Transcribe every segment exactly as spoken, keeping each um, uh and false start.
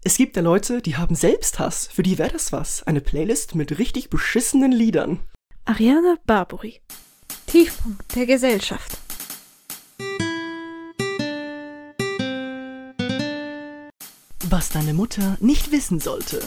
Es gibt ja Leute, die haben Selbsthass. Für die wäre das was. Eine Playlist mit richtig beschissenen Liedern. Ariana Barbary. Tiefpunkt der Gesellschaft. Was deine Mutter nicht wissen sollte.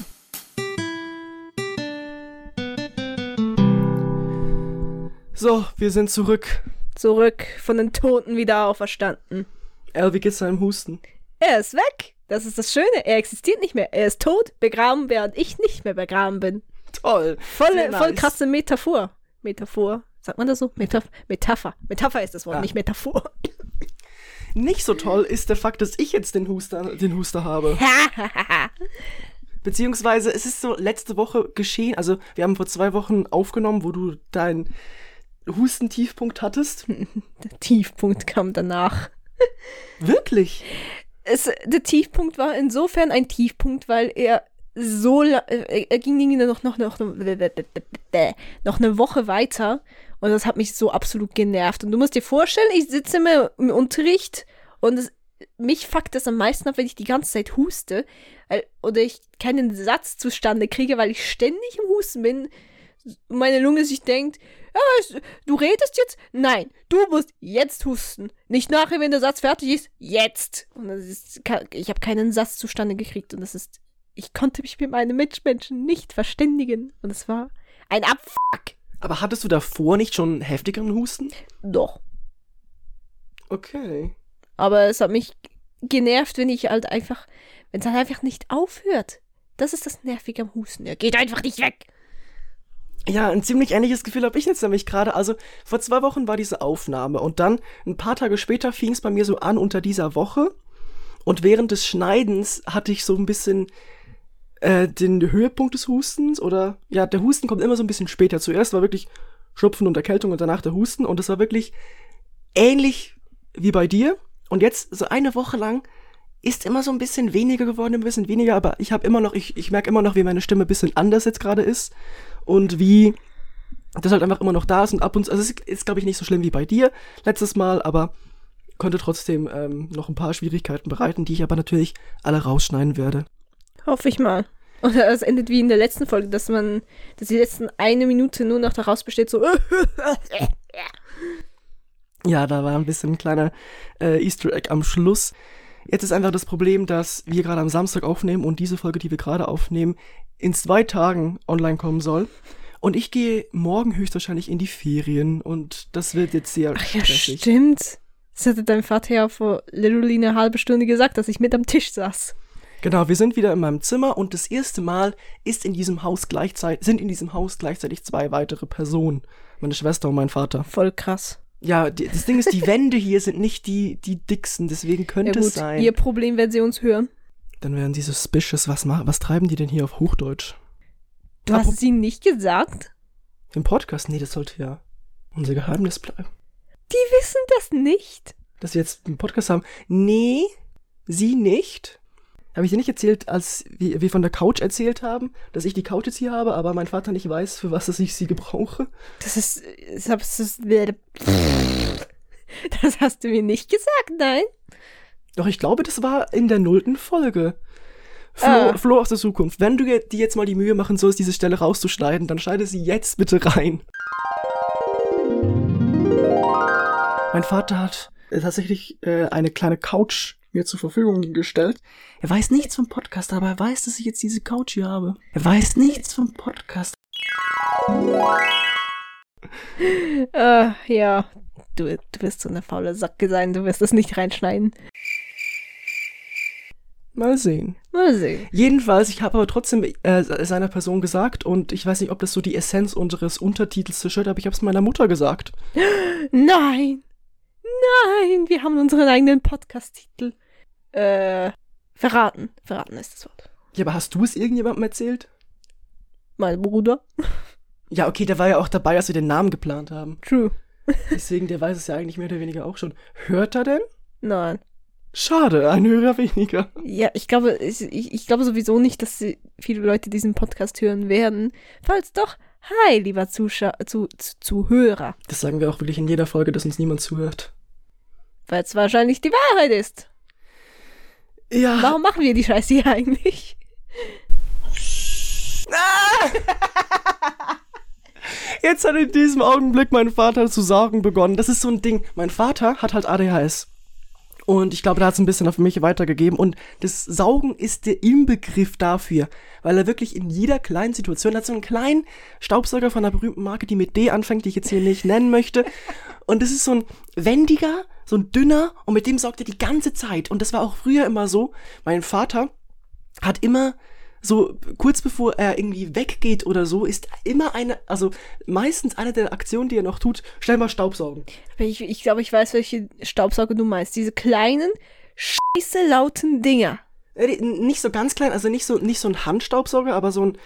So, wir sind zurück. Zurück von den Toten wieder auferstanden. Al, wie geht's deinem Husten? Er ist weg. Das ist das Schöne. Er existiert nicht mehr. Er ist tot, begraben, während ich nicht mehr begraben bin. Toll. Voll, nice. voll krasse Metaphor. Metaphor. Sagt man das so? Metaph- Metapher. Metapher ist das Wort, Ah. nicht Metaphor. Nicht so toll ist der Fakt, dass ich jetzt den Huster, den Huster habe. Beziehungsweise, es ist so letzte Woche geschehen, also wir haben vor zwei Wochen aufgenommen, wo du deinen Hustentiefpunkt hattest. Der Tiefpunkt kam danach. Wirklich? Es, der Tiefpunkt war insofern ein Tiefpunkt, weil er so la- er, er ging irgendwie noch, noch, noch, noch eine Woche weiter und das hat mich so absolut genervt. Und du musst dir vorstellen, ich sitze immer im Unterricht und es, mich fuckt das am meisten ab, wenn ich die ganze Zeit huste weil, oder ich keinen Satz zustande kriege, weil ich ständig im Husten bin und meine Lunge sich denkt, ja, es, du redest jetzt? Nein, du musst jetzt husten. Nicht nachher, wenn der Satz fertig ist, jetzt. Und das ist, ich habe keinen Satz zustande gekriegt und das ist, ich konnte mich mit meinen Mitmenschen nicht verständigen und es war ein Abfuck. Aber hattest du davor nicht schon heftigeren Husten? Doch. Okay. Aber es hat mich genervt, wenn ich halt einfach, wenn es halt einfach nicht aufhört. Das ist das Nervige am Husten. Er geht einfach nicht weg. Ja, ein ziemlich ähnliches Gefühl habe ich jetzt nämlich gerade. Also vor zwei Wochen war diese Aufnahme und dann ein paar Tage später fing es bei mir so an unter dieser Woche und während des Schneidens hatte ich so ein bisschen äh, den Höhepunkt des Hustens oder ja, der Husten kommt immer so ein bisschen später. Zuerst war wirklich Schnupfen und Erkältung und danach der Husten und es war wirklich ähnlich wie bei dir und jetzt so eine Woche lang ist immer so ein bisschen weniger geworden, ein bisschen weniger, aber ich habe immer noch, ich, ich merke immer noch, wie meine Stimme ein bisschen anders jetzt gerade ist und wie das halt einfach immer noch da ist und ab und zu, also es ist, ist glaube ich nicht so schlimm wie bei dir letztes Mal, aber konnte trotzdem ähm, noch ein paar Schwierigkeiten bereiten, die ich aber natürlich alle rausschneiden werde. Hoffe ich mal. Oder es endet wie in der letzten Folge, dass man, dass die letzten eine Minute nur noch daraus besteht, so Ja, da war ein bisschen ein kleiner äh, Easter Egg am Schluss. Jetzt ist einfach das Problem, dass wir gerade am Samstag aufnehmen und diese Folge, die wir gerade aufnehmen, in zwei Tagen online kommen soll. Und ich gehe morgen höchstwahrscheinlich in die Ferien und das wird jetzt sehr Ach ja, stressig. stimmt. Das hatte dein Vater ja vor literally eine halbe Stunde gesagt, dass ich mit am Tisch saß. Genau, wir sind wieder in meinem Zimmer und das erste Mal ist in diesem Haus gleichzeitig, sind in diesem Haus gleichzeitig zwei weitere Personen. Meine Schwester und mein Vater. Voll krass. Ja, die, das Ding ist, die Wände hier sind nicht die, die dicksten, deswegen könnte Ja gut, es sein. ihr Problem, wenn sie uns hören. Dann wären die suspicious. Was, ma- was treiben die denn hier auf Hochdeutsch? Du hast es ihnen nicht gesagt? Im Podcast? Nee, das sollte ja unser Geheimnis bleiben. Die wissen das nicht. Dass wir jetzt einen Podcast haben. Nee, sie nicht. Habe ich dir nicht erzählt, als wir, wir von der Couch erzählt haben, dass ich die Couch jetzt hier habe, aber mein Vater nicht weiß, für was ich sie gebrauche? Das ist, das ist, das hast du mir nicht gesagt, nein? Doch, ich glaube, das war in der nullten Folge. Flo, Ah. Flo aus der Zukunft. Wenn du dir jetzt mal die Mühe machen sollst, diese Stelle rauszuschneiden, dann schneide sie jetzt bitte rein. Mein Vater hat äh, tatsächlich äh, eine kleine Couch mir zur Verfügung gestellt. Er weiß nichts vom Podcast, aber er weiß, dass ich jetzt diese Couch hier habe. Er weiß nichts vom Podcast. Äh, ja, du, du wirst so eine faule Sacke sein, du wirst das nicht reinschneiden. Mal sehen. Mal sehen. Jedenfalls, ich habe aber trotzdem äh, seiner Person gesagt und ich weiß nicht, ob das so die Essenz unseres Untertitels zerstört, aber ich habe es meiner Mutter gesagt. Nein! Nein! Wir haben unseren eigenen Podcast-Titel. Äh, verraten. Verraten ist das Wort. Ja, aber hast du es irgendjemandem erzählt? Mein Bruder. Ja, okay, der war ja auch dabei, als wir den Namen geplant haben. True. Deswegen, der weiß es ja eigentlich mehr oder weniger auch schon. Hört er denn? Nein. Schade, ein Hörer weniger. Ja, ich glaube, ich, ich glaube sowieso nicht, dass sie- viele Leute diesen Podcast hören werden. Falls doch, hi, lieber Zuschau zu, zu, Zuhörer. Das sagen wir auch wirklich in jeder Folge, dass uns niemand zuhört. Weil es wahrscheinlich die Wahrheit ist. Ja. Warum machen wir die Scheiße hier eigentlich? Ah! Jetzt hat in diesem Augenblick mein Vater zu saugen begonnen. Das ist so ein Ding. Mein Vater hat halt A D H S. Und ich glaube, da hat es ein bisschen auf mich weitergegeben. Und das Saugen ist der Inbegriff dafür. Weil er wirklich in jeder kleinen Situation, er hat so einen kleinen Staubsauger von einer berühmten Marke, die mit D anfängt, die ich jetzt hier nicht nennen möchte. Und das ist so ein wendiger, so ein dünner, und mit dem saugt er die ganze Zeit. Und das war auch früher immer so. Mein Vater hat immer so, kurz bevor er irgendwie weggeht oder so, ist immer eine, also meistens eine der Aktionen, die er noch tut, schnell mal Staubsaugen. Ich, ich glaube, ich weiß, welche Staubsauger du meinst. Diese kleinen, scheiße lauten Dinger. Äh, nicht so ganz klein, also nicht so, nicht so ein Handstaubsauger, aber so ein,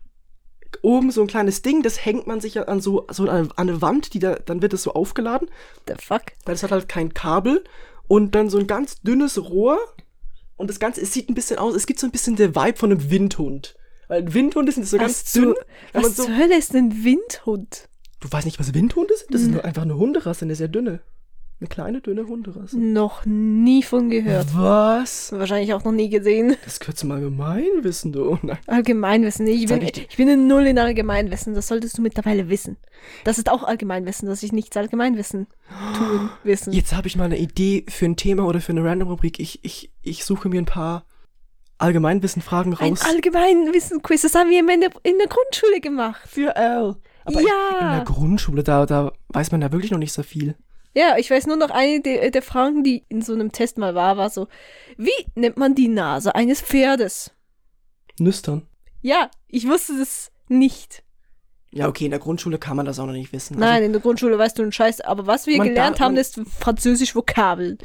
oben so ein kleines Ding, das hängt man sich ja an so, so an eine Wand, die da, dann wird es so aufgeladen. The fuck? Weil es hat halt kein Kabel und dann so ein ganz dünnes Rohr. Und das Ganze, es sieht ein bisschen aus, es gibt so ein bisschen der Vibe von einem Windhund. Weil ein Windhund ist so ganz dünn. Was man so, zur Hölle ist ein Windhund? Du weißt nicht, was Windhunde sind? Das Hm. ist nur einfach eine Hunderasse, eine sehr dünne. Eine kleine, dünne Hunderasse. Noch nie von gehört. Was? Wahrscheinlich auch noch nie gesehen. Das gehört zum Allgemeinwissen, du. Nein. Allgemeinwissen. Ich Sag bin, ich dir. ich bin eine Null in Allgemeinwissen. Das solltest du mittlerweile wissen. Das ist auch Allgemeinwissen, dass ich nichts Allgemeinwissen tun, wissen. Jetzt habe ich mal eine Idee für ein Thema oder für eine Random-Rubrik. Ich, ich, ich suche mir ein paar Allgemeinwissen-Fragen Ein raus. Allgemeinwissen-Quiz, das haben wir in der, in der Grundschule gemacht. Für L. Aber Ja. ich, in der Grundschule, da, da weiß man ja wirklich noch nicht so viel. Ja, ich weiß nur noch eine der, der Fragen, die in so einem Test mal war, war so, wie nennt man die Nase eines Pferdes? Nüstern. Ja, ich wusste das nicht. Ja, okay, in der Grundschule kann man das auch noch nicht wissen. Nein, in der Grundschule weißt du einen Scheiß, aber was wir Man gelernt da- haben, man- ist Französisch Vokabeln.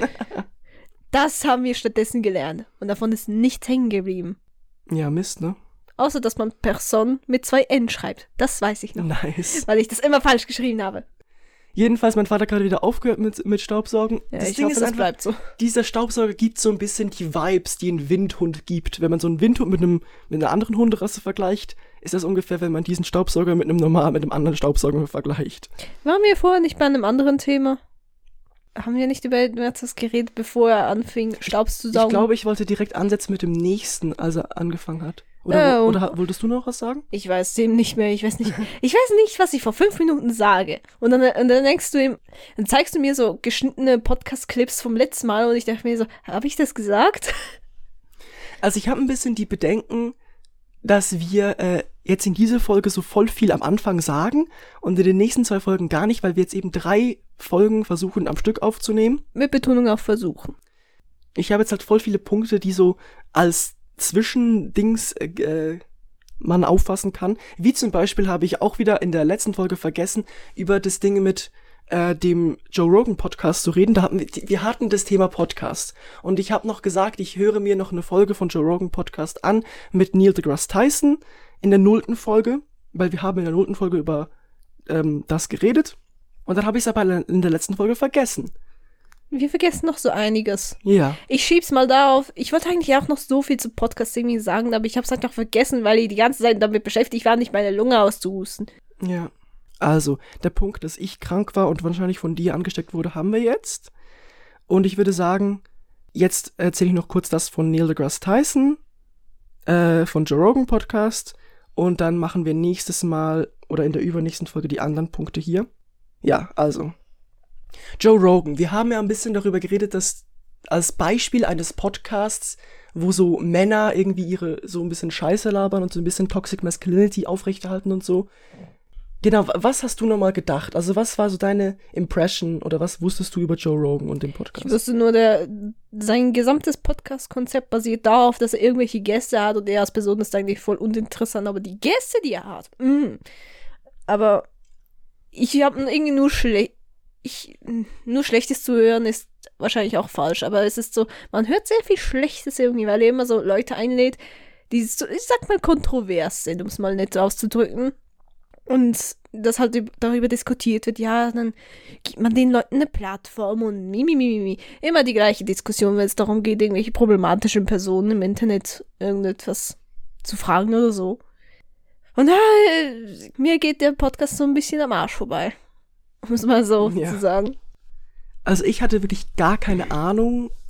Das haben wir stattdessen gelernt. Und davon ist nichts hängen geblieben. Also, ja, Mist, ne? Außer, dass man Person mit zwei N schreibt. Das weiß ich noch. Nice. Weil ich das immer falsch geschrieben habe. Jedenfalls, mein Vater hat gerade wieder aufgehört mit, mit Staubsaugen. Ja, das ich Ding hoffe, ist das einfach, bleibt so. dieser Staubsauger gibt so ein bisschen die Vibes, die ein Windhund gibt. Wenn man so einen Windhund mit einem mit einer anderen Hunderasse vergleicht, ist das ungefähr, wenn man diesen Staubsauger mit einem normalen, mit einem anderen Staubsauger vergleicht. Waren wir vorher nicht bei einem anderen Thema? Haben wir nicht über das geredet, bevor er anfing, Staubs zu saugen? Ich glaube, ich wollte direkt ansetzen mit dem nächsten, als er angefangen hat. Oder, Oh. oder wolltest du noch was sagen? Ich weiß dem nicht mehr. Ich weiß nicht. Ich weiß nicht, was ich vor fünf Minuten sage. Und dann, und dann denkst du ihm, dann zeigst du mir so geschnittene Podcast-Clips vom letzten Mal und ich dachte mir so, habe ich das gesagt? Also ich habe ein bisschen die Bedenken, dass wir äh, jetzt in dieser Folge so voll viel am Anfang sagen und in den nächsten zwei Folgen gar nicht, weil wir jetzt eben drei Folgen versuchen am Stück aufzunehmen. Mit Betonung auf versuchen. Ich habe jetzt halt voll viele Punkte, die so als Zwischendings äh, äh, man auffassen kann. Wie zum Beispiel habe ich auch wieder in der letzten Folge vergessen, über das Ding mit äh, dem Joe Rogan Podcast zu reden. Da hatten wir, wir hatten das Thema Podcast. Und ich habe noch gesagt, ich höre mir noch eine Folge von Joe Rogan Podcast an mit Neil deGrasse Tyson in der nullten Folge, weil wir haben in der nullten Folge über ähm, das geredet. Und dann habe ich es aber in der letzten Folge vergessen. Wir vergessen noch so einiges. Ja. Ich schieb's mal darauf. Ich wollte eigentlich auch noch so viel zu Podcast-Singing sagen, aber ich hab's halt noch vergessen, weil ich die ganze Zeit damit beschäftigt war, nicht meine Lunge auszuhusten. Ja. Also, der Punkt, dass ich krank war und wahrscheinlich von dir angesteckt wurde, haben wir jetzt. Und ich würde sagen, jetzt erzähle ich noch kurz das von Neil deGrasse Tyson, äh, von Joe Rogan Podcast. Und dann machen wir nächstes Mal oder in der übernächsten Folge die anderen Punkte hier. Ja, also. Joe Rogan. Wir haben ja ein bisschen darüber geredet, dass als Beispiel eines Podcasts, wo so Männer irgendwie ihre so ein bisschen Scheiße labern und so ein bisschen Toxic Masculinity aufrechterhalten und so. Genau, wa- was hast du nochmal gedacht? Also was war so deine Impression oder was wusstest du über Joe Rogan und den Ich Podcast? wusste nur, der, sein gesamtes Podcast-Konzept basiert darauf, dass er irgendwelche Gäste hat und er als Person ist eigentlich voll uninteressant, aber die Gäste, die er hat, mm. Aber ich habe irgendwie nur schlecht, ich, nur Schlechtes zu hören ist wahrscheinlich auch falsch, aber es ist so, man hört sehr viel Schlechtes irgendwie, weil er immer so Leute einlädt, die so, ich sag mal, kontrovers sind, um es mal nett auszudrücken. Und dass halt üb- darüber diskutiert wird, ja, dann gibt man den Leuten eine Plattform und mi, mi, mi, mi, mi. Immer die gleiche Diskussion, wenn es darum geht, irgendwelche problematischen Personen im Internet irgendetwas zu fragen oder so. Und äh, mir geht der Podcast so ein bisschen am Arsch vorbei. Um es mal so Ja. zu sagen. Also ich hatte wirklich gar keine Ahnung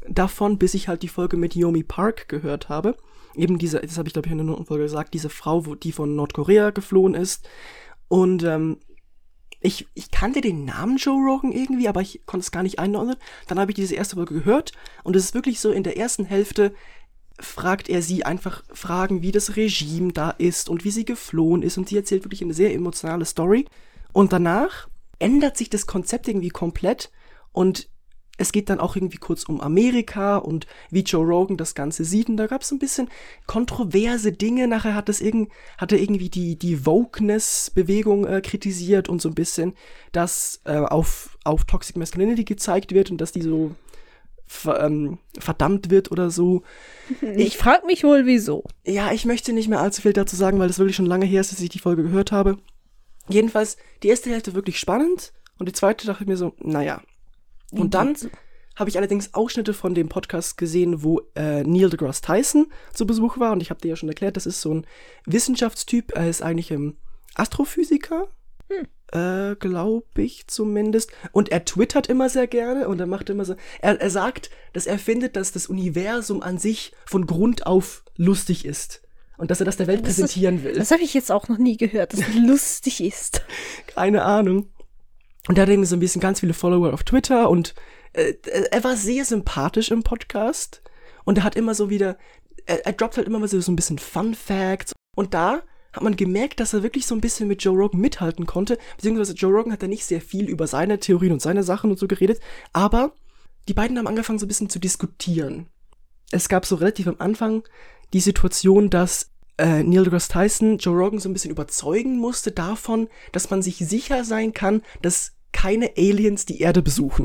davon, bis ich halt die Folge mit Yeonmi Park gehört habe. Eben diese, das habe ich glaube ich in der neunten Folge gesagt, diese Frau, wo, die von Nordkorea geflohen ist. Und ähm, ich, ich kannte den Namen Joe Rogan irgendwie, aber ich konnte es gar nicht einordnen. Dann habe ich diese erste Folge gehört und es ist wirklich so, in der ersten Hälfte fragt er sie einfach Fragen, wie das Regime da ist und wie sie geflohen ist. Und sie erzählt wirklich eine sehr emotionale Story. Und danach ändert sich das Konzept irgendwie komplett und es geht dann auch irgendwie kurz um Amerika und wie Joe Rogan das Ganze sieht. Und da gab es ein bisschen kontroverse Dinge. Nachher hat, das irg- hat er irgendwie die, die Wokeness-Bewegung äh, kritisiert und so ein bisschen, dass äh, auf, auf Toxic Masculinity gezeigt wird und dass die so ver- ähm, verdammt wird oder so. Ich, ich frage mich wohl, wieso. Ja, ich möchte nicht mehr allzu viel dazu sagen, weil das wirklich schon lange her ist, dass ich die Folge gehört habe. Jedenfalls, die erste Hälfte wirklich spannend und die zweite dachte ich mir so, naja. Und dann habe ich allerdings Ausschnitte von dem Podcast gesehen, wo äh, Neil deGrasse Tyson zu Besuch war. Und ich habe dir ja schon erklärt, das ist so ein Wissenschaftstyp. Er ist eigentlich ein Astrophysiker, hm. äh, glaube ich zumindest. Und er twittert immer sehr gerne und er macht immer so. Er, er sagt, dass er findet, dass das Universum an sich von Grund auf lustig ist. Und dass er das der Welt das präsentieren ist, will. Das habe ich jetzt auch noch nie gehört, dass es lustig ist. Keine Ahnung. Und er hat irgendwie so ein bisschen ganz viele Follower auf Twitter und äh, er war sehr sympathisch im Podcast und er hat immer so wieder, er, er droppt halt immer mal so, so ein bisschen Fun Facts und da hat man gemerkt, dass er wirklich so ein bisschen mit Joe Rogan mithalten konnte, beziehungsweise Joe Rogan hat ja nicht sehr viel über seine Theorien und seine Sachen und so geredet, aber die beiden haben angefangen so ein bisschen zu diskutieren. Es gab so relativ am Anfang die Situation, dass äh, Neil deGrasse Tyson Joe Rogan so ein bisschen überzeugen musste davon, dass man sich sicher sein kann, dass keine Aliens die Erde besuchen.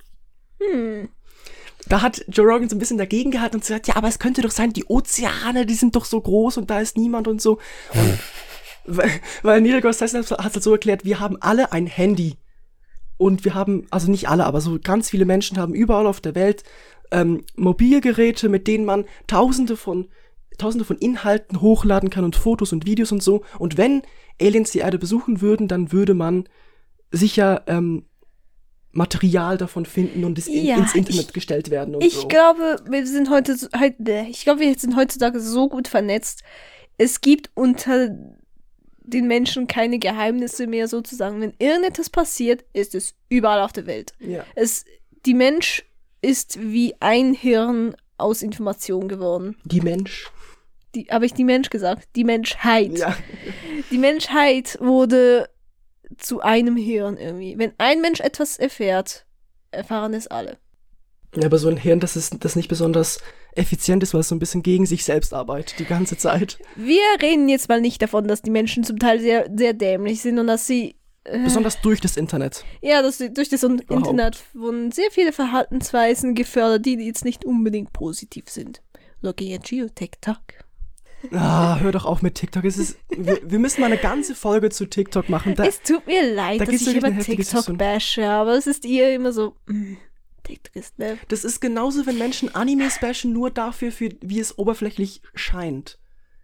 Hm. Da hat Joe Rogan so ein bisschen dagegen gehalten und gesagt, ja, aber es könnte doch sein, die Ozeane, die sind doch so groß und da ist niemand und so. Und weil, weil Neil deGrasse Tyson hat es halt so erklärt, wir haben alle ein Handy. Und wir haben, also nicht alle, aber so ganz viele Menschen haben überall auf der Welt ähm, Mobilgeräte, mit denen man tausende von tausende von Inhalten hochladen kann und Fotos und Videos und so. Und wenn Aliens die Erde besuchen würden, dann würde man sicher ähm, Material davon finden und es in, ja, ins Internet ich, gestellt werden und ich so. Ich glaube, wir sind heute, ich glaube, wir sind heutzutage so gut vernetzt. Es gibt unter den Menschen keine Geheimnisse mehr sozusagen. Wenn irgendetwas passiert, ist es überall auf der Welt. Ja. Es, die Mensch ist wie ein Hirn aus Information geworden. Die Mensch. Die, habe ich die Mensch gesagt? Die Menschheit. Ja. Die Menschheit wurde zu einem Hirn irgendwie. Wenn ein Mensch etwas erfährt, erfahren es alle. Ja, aber so ein Hirn, das ist das nicht besonders effizient ist, weil es so ein bisschen gegen sich selbst arbeitet die ganze Zeit. Wir reden jetzt mal nicht davon, dass die Menschen zum Teil sehr, sehr dämlich sind und dass sie äh, besonders durch das Internet. Ja, dass sie durch das Überhaupt. Internet wurden sehr viele Verhaltensweisen gefördert, die jetzt nicht unbedingt positiv sind. Looking at you, TikTok. Ah, hör doch auf mit TikTok. Es ist, wir, wir müssen mal eine ganze Folge zu TikTok machen. Da, es tut mir leid, da dass ich über TikTok bashe, aber es ist ihr immer so, mm, TikTok ist ne. Das ist genauso, wenn Menschen Animes bashen, nur dafür, für, wie es oberflächlich scheint.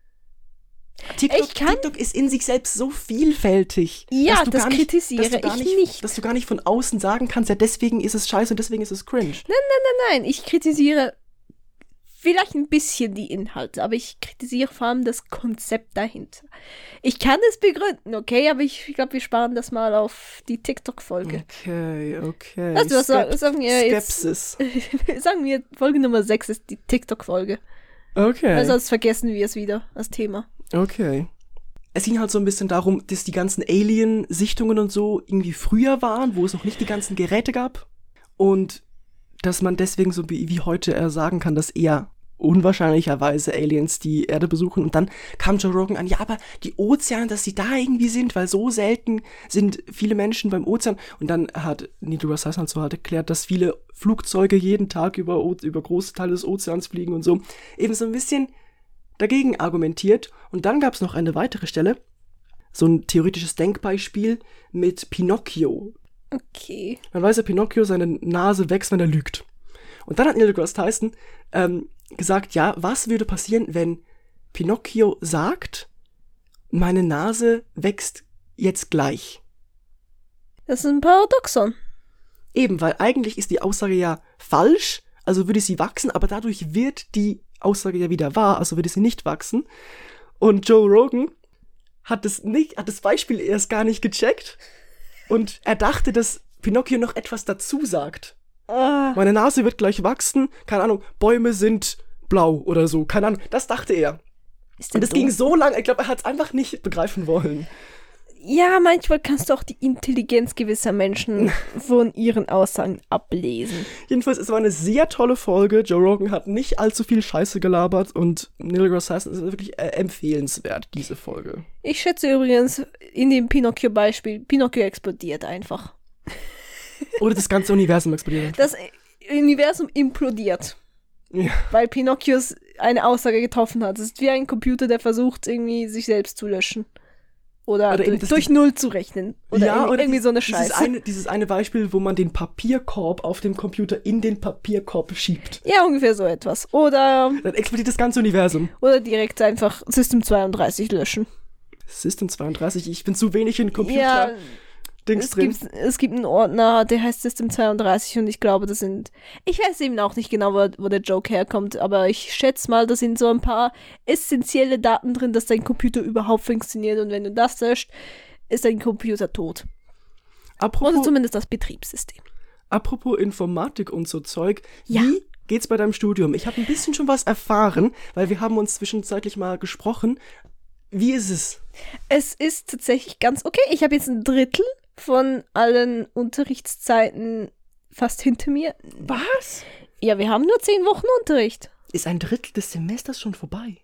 TikTok, TikTok ist in sich selbst so vielfältig. Ja, dass du das gar nicht, kritisiere dass du gar ich nicht, nicht. Dass du gar nicht von außen sagen kannst, ja, deswegen ist es scheiße und deswegen ist es cringe. Nein, nein, nein, nein. Ich kritisiere vielleicht ein bisschen die Inhalte, aber ich kritisiere vor allem das Konzept dahinter. Ich kann es begründen, okay, aber ich glaube, wir sparen das mal auf die TikTok-Folge. Okay, okay. Also, was Skep- sagen wir Skepsis. Jetzt, sagen wir, Folge Nummer sechs ist die TikTok-Folge. Okay. Also sonst vergessen wir es wieder, das Thema. Okay. Es ging halt so ein bisschen darum, dass die ganzen Alien-Sichtungen und so irgendwie früher waren, wo es noch nicht die ganzen Geräte gab. Und dass man deswegen so wie, wie heute äh, sagen kann, dass eher unwahrscheinlicherweise Aliens die Erde besuchen. Und dann kam Joe Rogan an, ja, aber die Ozeane, dass sie da irgendwie sind, weil so selten sind viele Menschen beim Ozean. Und dann hat Neil deGrasse Tyson so halt erklärt, dass viele Flugzeuge jeden Tag über, über große Teile des Ozeans fliegen und so. Eben so ein bisschen dagegen argumentiert. Und dann gab es noch eine weitere Stelle, so ein theoretisches Denkbeispiel mit Pinocchio. Okay. Man weiß ja, Pinocchio, seine Nase wächst, wenn er lügt. Und dann hat Neil deGrasse Tyson ähm, gesagt, ja, was würde passieren, wenn Pinocchio sagt, meine Nase wächst jetzt gleich? Das ist ein Paradoxon. Eben, weil eigentlich ist die Aussage ja falsch, also würde sie wachsen, aber dadurch wird die Aussage ja wieder wahr, also würde sie nicht wachsen. Und Joe Rogan hat das nicht, hat das Beispiel erst gar nicht gecheckt und er dachte, dass Pinocchio noch etwas dazu sagt. Ah. Meine Nase wird gleich wachsen, keine Ahnung, Bäume sind blau oder so, keine Ahnung, das dachte er. Und das ging so lang, ich glaube, er hat es einfach nicht begreifen wollen. Ja, manchmal kannst du auch die Intelligenz gewisser Menschen von ihren Aussagen ablesen. Jedenfalls, es war eine sehr tolle Folge. Joe Rogan hat nicht allzu viel Scheiße gelabert und Neil deGrasse Tyson ist wirklich äh, empfehlenswert, diese Folge. Ich schätze übrigens in dem Pinocchio-Beispiel, Pinocchio explodiert einfach. Oder das ganze Universum explodiert. Das Universum implodiert. Ja. Weil Pinocchios eine Aussage getroffen hat. Es ist wie ein Computer, der versucht, irgendwie sich selbst zu löschen. Oder, Oder durch, durch Null zu rechnen. Oder, ja, irgendwie, oder irgendwie so eine Scheiße. Dieses eine, dieses eine Beispiel, wo man den Papierkorb auf dem Computer in den Papierkorb schiebt. Ja, ungefähr so etwas. Oder, Dann explodiert das ganze Universum. oder direkt einfach System zweiunddreißig löschen. System zweiunddreißig, ich bin zu wenig in Computer. Ja, Dings es drin. gibt, es gibt einen Ordner, der heißt System zweiunddreißig und ich glaube, das sind, ich weiß eben auch nicht genau, wo, wo der Joke herkommt, aber ich schätze mal, da sind so ein paar essentielle Daten drin, dass dein Computer überhaupt funktioniert und wenn du das löscht, ist dein Computer tot. Apropos, Oder zumindest das Betriebssystem. apropos Informatik und so Zeug, Ja. wie geht's bei deinem Studium? Ich habe ein bisschen schon was erfahren, weil wir haben uns zwischenzeitlich mal gesprochen. Wie ist es? Es ist tatsächlich ganz okay. Ich habe jetzt ein Drittel von allen Unterrichtszeiten fast hinter mir. Was? Ja, wir haben nur zehn Wochen Unterricht. Ist ein Drittel des Semesters schon vorbei?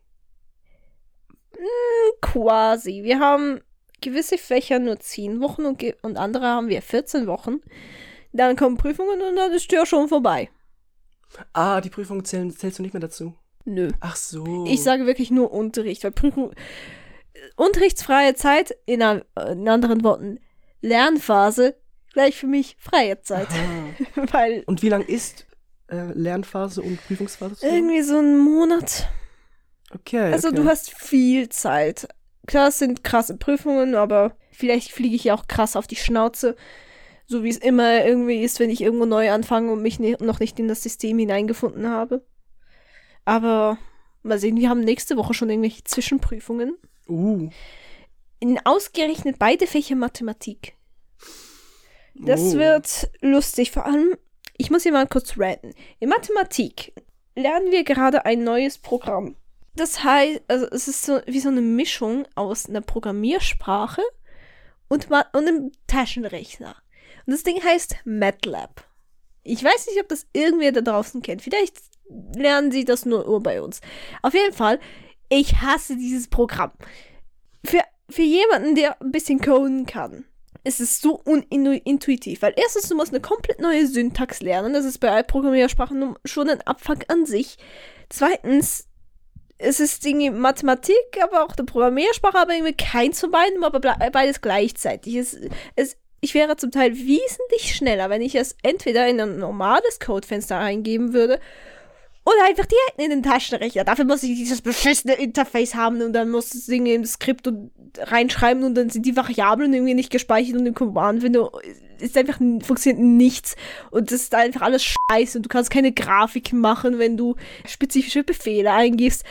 Quasi. Wir haben gewisse Fächer nur zehn Wochen und, ge- und andere haben wir vierzehn Wochen. Dann kommen Prüfungen und dann ist ja schon vorbei. Ah, die Prüfung zählen, zählst du nicht mehr dazu? Nö. Ach so. Ich sage wirklich nur Unterricht, weil Prüfung. Unterrichtsfreie Zeit, in, a- in anderen Worten, Lernphase, gleich für mich freie Zeit. Aha. Weil Und wie lang ist äh, Lernphase und Prüfungsphase? zusammen? irgendwie so ein Monat. Okay. Also okay. du hast viel Zeit. Klar, es sind krasse Prüfungen, aber vielleicht fliege ich ja auch krass auf die Schnauze. So wie es immer irgendwie ist, wenn ich irgendwo neu anfange und mich ne- noch nicht in das System hineingefunden habe. Aber mal sehen, wir haben nächste Woche schon irgendwelche Zwischenprüfungen. Uh. In ausgerechnet beide Fächer Mathematik. Das Oh. wird lustig. Vor allem, ich muss hier mal kurz ranten. In Mathematik lernen wir gerade ein neues Programm. Das heißt, also es ist so wie so eine Mischung aus einer Programmiersprache und, Ma- und einem Taschenrechner. Und das Ding heißt MATLAB. Ich weiß nicht, ob das irgendwer da draußen kennt. Vielleicht lernen sie das nur, nur bei uns. Auf jeden Fall, ich hasse dieses Programm. Für, für jemanden, der ein bisschen coden kann, ist es so unintuitiv. Weil erstens, du musst eine komplett neue Syntax lernen. Das ist bei Programmiersprachen schon ein Abfuck an sich. Zweitens, es ist irgendwie Mathematik, aber auch eine Programmiersprache, aber irgendwie keins von beiden, aber ble- beides gleichzeitig. Es, es, ich wäre zum Teil wesentlich schneller, wenn ich es entweder in ein normales Codefenster eingeben würde oder einfach direkt in den Taschenrechner. Dafür muss ich dieses beschissene Interface haben und dann muss das Ding im Skript und reinschreiben und dann sind die Variablen irgendwie nicht gespeichert und im Command-Window ist einfach, funktioniert nichts und das ist einfach alles scheiße und du kannst keine Grafiken machen, wenn du spezifische Befehle eingibst.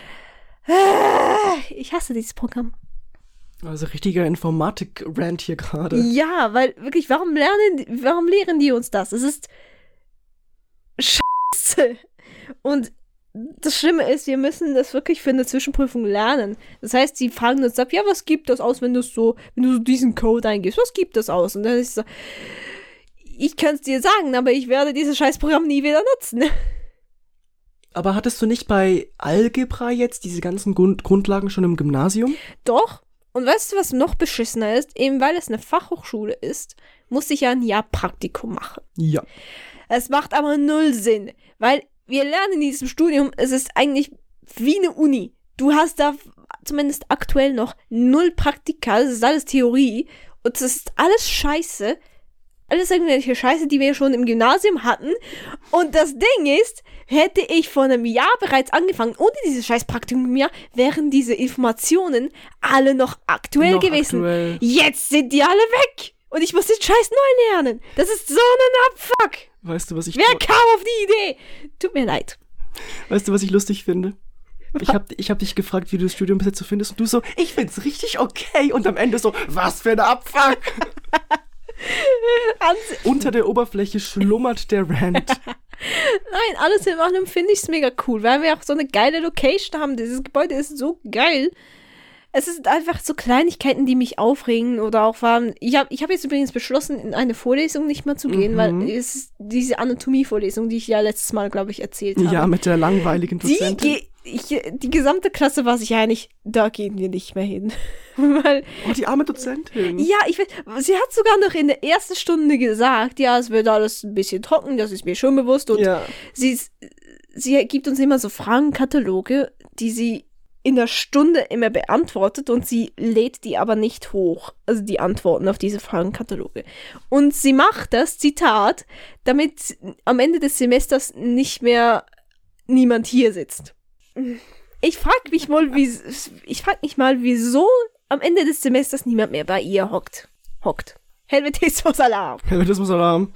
Ich hasse dieses Programm. Also richtiger Informatik-Rant hier gerade. Ja, weil wirklich, warum lernen, warum lehren die uns das? Es ist scheiße. Und das Schlimme ist, wir müssen das wirklich für eine Zwischenprüfung lernen. Das heißt, sie fragen uns ab, ja, was gibt das aus, wenn du so, wenn du so diesen Code eingibst? Was gibt das aus? Und dann ist es so, ich kann es dir sagen, aber ich werde dieses Scheißprogramm nie wieder nutzen. Aber hattest du nicht bei Algebra jetzt diese ganzen Grund- Grundlagen schon im Gymnasium? Doch. Und weißt du, was noch beschissener ist? Eben weil es eine Fachhochschule ist, musste ich ja ein Jahr Praktikum machen. Ja. Es macht aber null Sinn, weil wir lernen in diesem Studium, es ist eigentlich wie eine Uni. Du hast da zumindest aktuell noch null Praktika, das ist alles Theorie und das ist alles Scheiße. Alles irgendwelche Scheiße, die wir schon im Gymnasium hatten. Und das Ding ist, hätte ich vor einem Jahr bereits angefangen, ohne dieses scheiß Praktikum mehr, wären diese Informationen alle noch aktuell Noch gewesen. aktuell. Jetzt sind die alle weg. Und ich muss den Scheiß neu lernen. Das ist so ein Abfuck. Weißt du, was ich... Wer kam auf die Idee? Tut mir leid. Weißt du, was ich lustig finde? Ich hab, ich hab dich gefragt, wie du das Studium bis jetzt so findest und du so, ich find's richtig okay und am Ende so, was für ein Abfuck. Unter der Oberfläche schlummert der Rant. Nein, alles in allem finde ich es mega cool, weil wir auch so eine geile Location haben. Dieses Gebäude ist so geil. Es sind einfach so Kleinigkeiten, die mich aufregen oder auch waren. Ich habe ich hab jetzt übrigens beschlossen, in eine Vorlesung nicht mehr zu gehen, mhm. weil es ist diese Anatomie-Vorlesung, die ich ja letztes Mal, glaube ich, erzählt habe. Ja, mit der langweiligen Dozentin. Die, ich, die gesamte Klasse war sich einig, da gehen wir nicht mehr hin. weil, oh, die arme Dozentin. Ja, ich weiß, sie hat sogar noch in der ersten Stunde gesagt, ja, es wird alles ein bisschen trocken, das ist mir schon bewusst. Und ja. sie, sie gibt uns immer so Fragenkataloge, die sie in der Stunde immer beantwortet und sie lädt die aber nicht hoch, also die Antworten auf diese Fragenkataloge. Und sie macht das, Zitat, damit am Ende des Semesters nicht mehr niemand hier sitzt. Ich frage mich mal, wie, ich frag mich mal, wieso am Ende des Semesters niemand mehr bei ihr hockt. Hockt. Helvetismus-Alarm. Helvetismus-Alarm.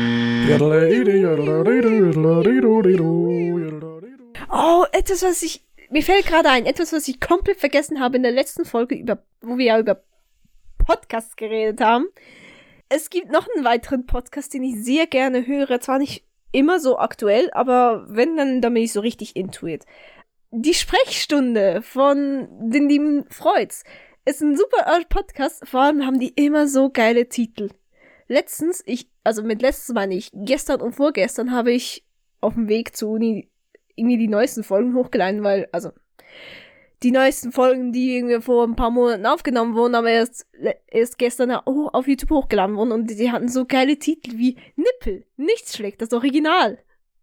Oh, etwas, was ich Mir fällt gerade ein, etwas, was ich komplett vergessen habe in der letzten Folge, über, wo wir ja über Podcasts geredet haben. Es gibt noch einen weiteren Podcast, den ich sehr gerne höre. Zwar nicht immer so aktuell, aber wenn, dann, dann bin ich so richtig into it. Die Sprechstunde von den lieben Freuds ist ein super Podcast. Vor allem haben die immer so geile Titel. Letztens, ich, also mit letztens meine ich, gestern und vorgestern habe ich auf dem Weg zur Uni irgendwie die neuesten Folgen hochgeladen, weil, also, die neuesten Folgen, die irgendwie vor ein paar Monaten aufgenommen wurden, aber erst, erst gestern oh, auf YouTube hochgeladen wurden und die hatten so geile Titel wie Nippel, nichts schlägt das Original.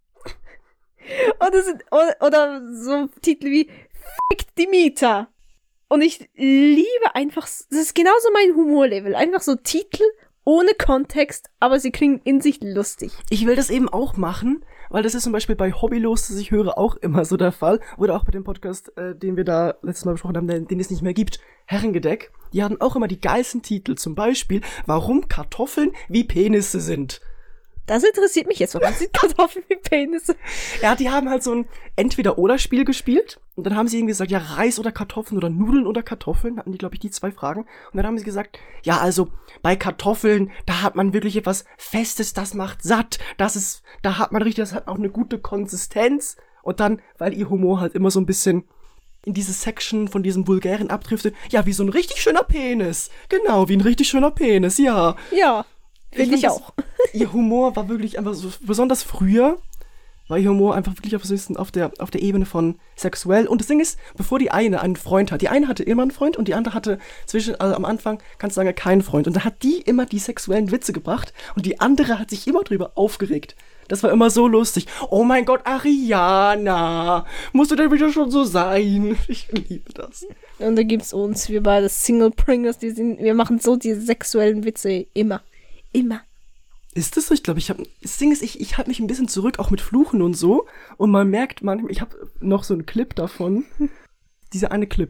oder, sind, oder, oder so Titel wie Fickt die Mieter. Und ich liebe einfach, das ist genauso mein Humorlevel, einfach so Titel ohne Kontext, aber sie klingen in sich lustig. Ich will das eben auch machen, weil das ist zum Beispiel bei Hobbylos, das ich höre, auch immer so der Fall. Oder auch bei dem Podcast, äh, den wir da letztes Mal besprochen haben, den, den es nicht mehr gibt, Herrengedeck. Die hatten auch immer die geilsten Titel. Zum Beispiel, warum Kartoffeln wie Penisse sind. Das interessiert mich jetzt. Warum sind Kartoffeln wie Penisse? Ja, die haben halt so ein Entweder-Oder-Spiel gespielt. Und dann haben sie irgendwie gesagt, ja, Reis oder Kartoffeln oder Nudeln oder Kartoffeln. Hatten die, glaube ich, die zwei Fragen. Und dann haben sie gesagt, ja, also bei Kartoffeln, da hat man wirklich etwas Festes, das macht satt. Das ist, da hat man richtig, das hat auch eine gute Konsistenz. Und dann, weil ihr Humor halt immer so ein bisschen in diese Section von diesem Vulgären abdriftet, ja, wie so ein richtig schöner Penis. Genau, wie ein richtig schöner Penis, ja. Ja. Finde ich, ich auch. Ihr Humor war wirklich einfach so, besonders früher, war ihr Humor einfach wirklich auf der, auf der Ebene von sexuell. Und das Ding ist, bevor die eine einen Freund hat, die eine hatte immer einen Freund und die andere hatte zwischen, also am Anfang, kannst du sagen, keinen Freund. Und da hat die immer die sexuellen Witze gebracht und die andere hat sich immer drüber aufgeregt. Das war immer so lustig. Oh mein Gott, Ariana, musst du denn wieder schon so sein? Ich liebe das. Und da gibt's uns, wir beide Single Pringers, die sind, wir machen so die sexuellen Witze immer. Immer. Ist das so? Ich glaube, ich habe. Das Ding ist, ich, ich halte mich ein bisschen zurück, auch mit Fluchen und so. Und man merkt manchmal, ich habe noch so einen Clip davon. Dieser eine Clip.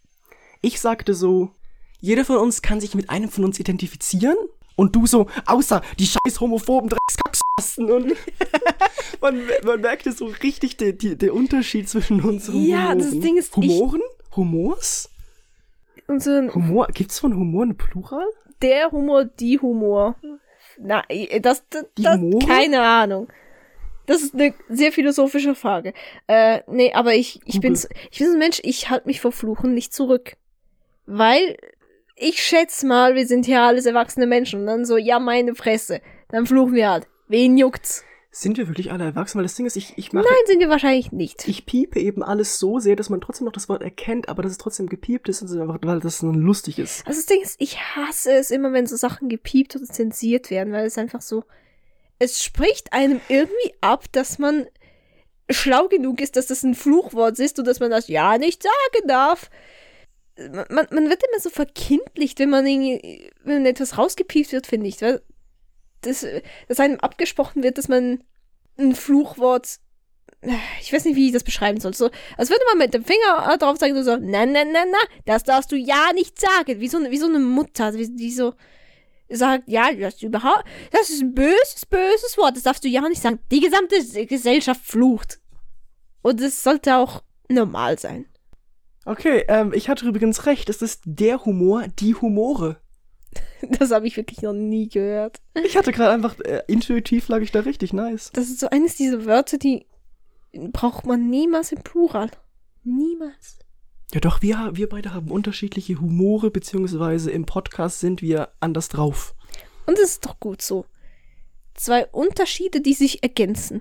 Ich sagte so, jeder von uns kann sich mit einem von uns identifizieren. Und du so, außer die scheiß homophoben Dreckskacksassen. Und man, man merkt so richtig den, die, der Unterschied zwischen uns. Ja, Humoren. Das Ding ist. Humoren? Humors? Und so ein Humor? Gibt's von Humor ein Plural? Der Humor, die Humor. Na, das, das, das keine Ahnung. Das ist eine sehr philosophische Frage. Äh, nee, aber ich, ich bin, ich bin so ein Mensch, ich halte mich vor Fluchen nicht zurück. Weil, ich schätze mal, wir sind ja alles erwachsene Menschen. Und dann so, ja, meine Fresse. Dann fluchen wir halt. Wen juckt's? Sind wir wirklich alle erwachsen? Weil das Ding ist, ich, ich mache... Nein, sind wir wahrscheinlich nicht. Ich piepe eben alles so sehr, dass man trotzdem noch das Wort erkennt, aber dass es trotzdem gepiept ist, weil das dann lustig ist. Also das Ding ist, ich hasse es immer, wenn so Sachen gepiept oder zensiert werden, weil es einfach so... Es spricht einem irgendwie ab, dass man schlau genug ist, dass das ein Fluchwort ist und dass man das ja nicht sagen darf. Man, man wird immer so verkindlicht, wenn man irgendwie, wenn etwas rausgepiept wird, finde ich. Weil das, dass einem abgesprochen wird, dass man ein Fluchwort, ich weiß nicht, wie ich das beschreiben soll, so, als würde man mit dem Finger drauf zeigen und so, na, na, na, na, das darfst du ja nicht sagen, wie so, wie so eine Mutter, wie, wie so, sagt, ja, das ist überhaupt, das ist ein böses, böses Wort, das darfst du ja nicht sagen. Die gesamte Gesellschaft flucht. Und es sollte auch normal sein. Okay, ähm, ich hatte übrigens recht, es ist der Humor, die Humore. Das habe ich wirklich noch nie gehört. Ich hatte gerade einfach, äh, intuitiv lag ich da richtig, nice. Das ist so eines dieser Wörter, die braucht man niemals im Plural. Niemals. Ja doch, wir, wir beide haben unterschiedliche Humore, beziehungsweise im Podcast sind wir anders drauf. Und es ist doch gut so. Zwei Unterschiede, die sich ergänzen.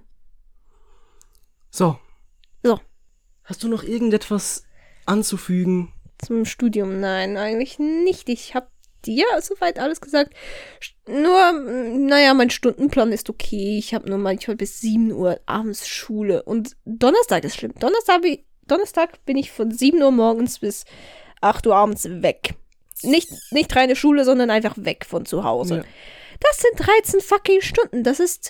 So. So. Hast du noch irgendetwas anzufügen? Zum Studium? Nein, eigentlich nicht. Ich habe dir soweit alles gesagt. Nur, naja, mein Stundenplan ist okay. Ich habe nur manchmal bis sieben Uhr abends Schule. Und Donnerstag ist schlimm. Donnerstag, Donnerstag bin ich von sieben Uhr morgens bis acht Uhr abends weg. Nicht, nicht reine Schule, sondern einfach weg von zu Hause. Ja. Das sind dreizehn fucking Stunden. Das ist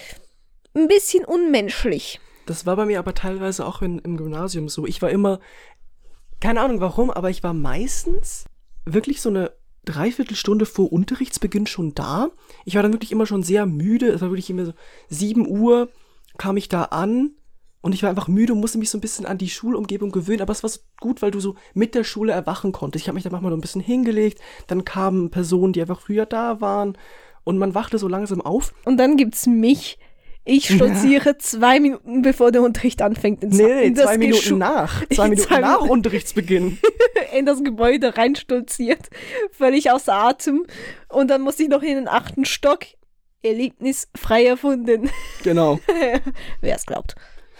ein bisschen unmenschlich. Das war bei mir aber teilweise auch in, im Gymnasium so. Ich war immer, keine Ahnung warum, aber ich war meistens wirklich so eine Dreiviertelstunde vor Unterrichtsbeginn schon da. Ich war dann wirklich immer schon sehr müde. Es war wirklich immer so sieben Uhr kam ich da an und ich war einfach müde und musste mich so ein bisschen an die Schulumgebung gewöhnen. Aber es war so gut, weil du so mit der Schule erwachen konntest. Ich habe mich dann manchmal noch ein bisschen hingelegt. Dann kamen Personen, die einfach früher da waren und man wachte so langsam auf. Und dann gibt's mich. Ich stolziere ja. zwei Minuten, bevor der Unterricht anfängt. Ins, nee, in zwei Minuten Geschu- nach. Zwei Minuten zwei nach Minuten Unterrichtsbeginn. In das Gebäude reinstolziert. Völlig außer Atem. Und dann musste ich noch in den achten Stock. Erlebnis frei erfunden. Genau. Wer es glaubt.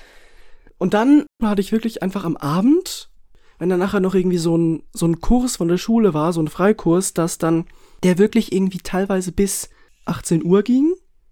Und dann hatte ich wirklich einfach am Abend, wenn dann nachher noch irgendwie so ein, so ein Kurs von der Schule war, so ein Freikurs, dass dann der wirklich irgendwie teilweise bis achtzehn Uhr ging.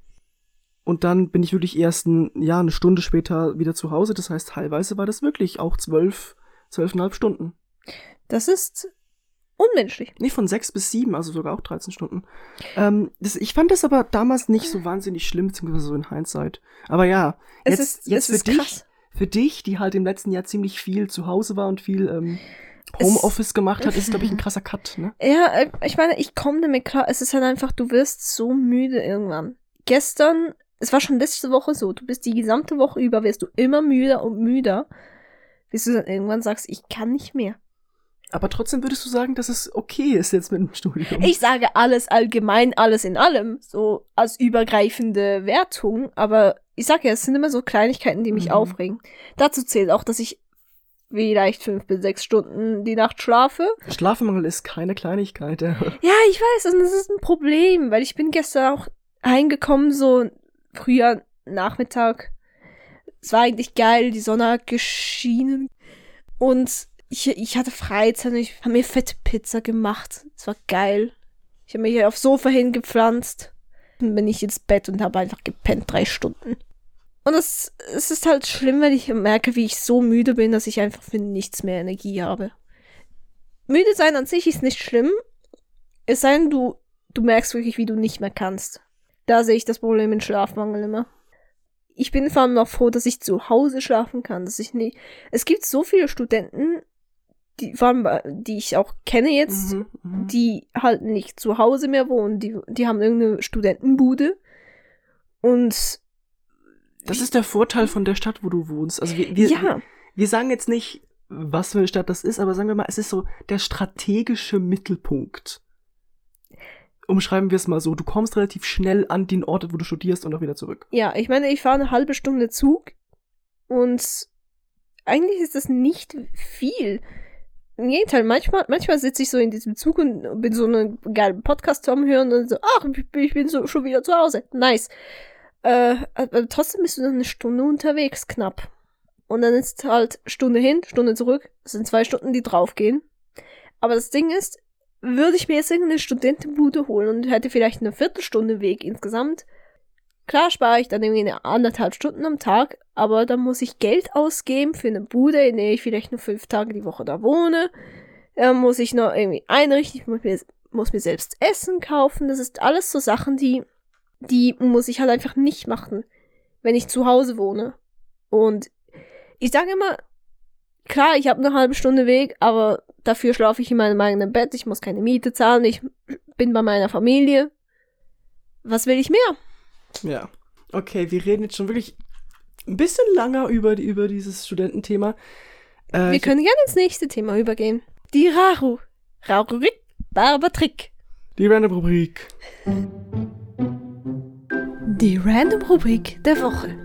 Und dann bin ich wirklich erst ein, ja, eine Stunde später wieder zu Hause. Das heißt, teilweise war das wirklich auch zwölf, zwölfeinhalb Stunden. Das ist unmenschlich. Nee, von sechs bis sieben, also sogar auch dreizehn Stunden. Ähm, das, ich fand das aber damals nicht so wahnsinnig schlimm, beziehungsweise so in Hindsight. Aber ja, es jetzt, ist, jetzt es für ist dich, krass. für dich, die halt im letzten Jahr ziemlich viel zu Hause war und viel ähm, Homeoffice es, gemacht hat, ist, glaube ich, ein krasser Cut, ne? Ja, ich meine, ich komme damit klar. Es ist halt einfach, du wirst so müde irgendwann. Gestern Es war schon letzte Woche so, du bist die gesamte Woche über, wirst du immer müder und müder, bis du dann irgendwann sagst, ich kann nicht mehr. Aber trotzdem würdest du sagen, dass es okay ist jetzt mit dem Studium? Ich sage alles allgemein, alles in allem, so als übergreifende Wertung, aber ich sage ja, es sind immer so Kleinigkeiten, die mich mhm. aufregen. Dazu zählt auch, dass ich vielleicht fünf bis sechs Stunden die Nacht schlafe. Schlafmangel ist keine Kleinigkeit. Ja, ja ich weiß, und das ist ein Problem, weil ich bin gestern auch heimgekommen, so früher Nachmittag. Es war eigentlich geil, die Sonne hat geschienen. Und ich, ich hatte Freizeit und ich habe mir fette Pizza gemacht. Es war geil. Ich habe mich aufs Sofa hingepflanzt. Dann bin ich ins Bett und habe einfach gepennt, drei Stunden. Und es, es ist halt schlimm, wenn ich merke, wie ich so müde bin, dass ich einfach für nichts mehr Energie habe. Müde sein an sich ist nicht schlimm. Es sei denn, du, du merkst wirklich, wie du nicht mehr kannst. Da sehe ich das Problem in Schlafmangel immer. Ich bin vor allem noch froh, dass ich zu Hause schlafen kann, dass ich nicht. Es gibt so viele Studenten, die, vor allem, die ich auch kenne jetzt, mhm, die halt nicht zu Hause mehr wohnen. Die, die haben irgendeine Studentenbude. Und das ist der Vorteil von der Stadt, wo du wohnst. Also wir, wir, ja. wir sagen jetzt nicht, was für eine Stadt das ist, aber sagen wir mal, es ist so der strategische Mittelpunkt. Umschreiben wir es mal so, du kommst relativ schnell an den Ort, wo du studierst und auch wieder zurück. Ja, ich meine, ich fahre eine halbe Stunde Zug und eigentlich ist das nicht viel. Im Gegenteil, manchmal, manchmal sitze ich so in diesem Zug und bin so einen geilen Podcast am Hören und so, ach, ich bin so schon wieder zu Hause. Nice. Äh, aber trotzdem bist du dann eine Stunde unterwegs, knapp. Und dann ist halt Stunde hin, Stunde zurück. Das sind zwei Stunden, die draufgehen. Aber das Ding ist, würde ich mir jetzt irgendeine Studentenbude holen und hätte vielleicht eine Viertelstunde Weg insgesamt. Klar spare ich dann irgendwie eine anderthalb Stunden am Tag, aber dann muss ich Geld ausgeben für eine Bude, in der ich vielleicht nur fünf Tage die Woche da wohne. Dann muss ich noch irgendwie einrichten, ich muss mir, muss mir selbst Essen kaufen. Das ist alles so Sachen, die, die muss ich halt einfach nicht machen, wenn ich zu Hause wohne. Und ich sage immer, klar, ich habe eine halbe Stunde Weg, aber dafür schlafe ich in meinem eigenen Bett, ich muss keine Miete zahlen, ich bin bei meiner Familie. Was will ich mehr? Ja, okay, wir reden jetzt schon wirklich ein bisschen länger über, über dieses Studententhema. Äh, wir können gerne ins nächste Thema übergehen. Die Raru. Raurik, Barbertrick. Die Random-Rubrik. Die Random-Rubrik der Woche.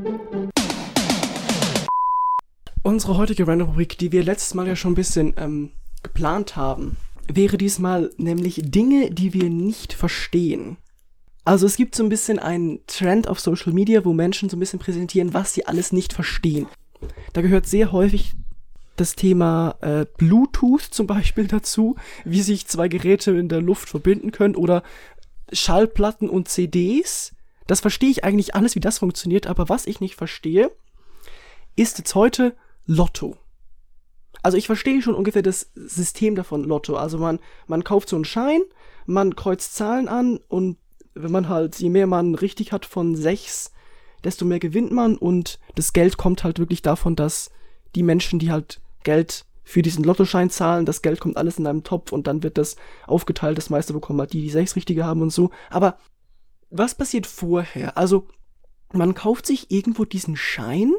Unsere heutige Random-Rubrik, die wir letztes Mal ja schon ein bisschen ähm, geplant haben, wäre diesmal nämlich Dinge, die wir nicht verstehen. Also es gibt so ein bisschen einen Trend auf Social Media, wo Menschen so ein bisschen präsentieren, was sie alles nicht verstehen. Da gehört sehr häufig das Thema äh, Bluetooth zum Beispiel dazu, wie sich zwei Geräte in der Luft verbinden können oder Schallplatten und C Ds. Das verstehe ich eigentlich alles, wie das funktioniert, aber was ich nicht verstehe, ist jetzt heute Lotto. Also ich verstehe schon ungefähr das System davon, Lotto. Also man, man kauft so einen Schein, man kreuzt Zahlen an und wenn man halt, je mehr man richtig hat von sechs, desto mehr gewinnt man und das Geld kommt halt wirklich davon, dass die Menschen, die halt Geld für diesen Lottoschein zahlen, das Geld kommt alles in einem Topf und dann wird das aufgeteilt, das meiste bekommen halt die, die sechs richtige haben und so. Aber was passiert vorher? Also man kauft sich irgendwo diesen Schein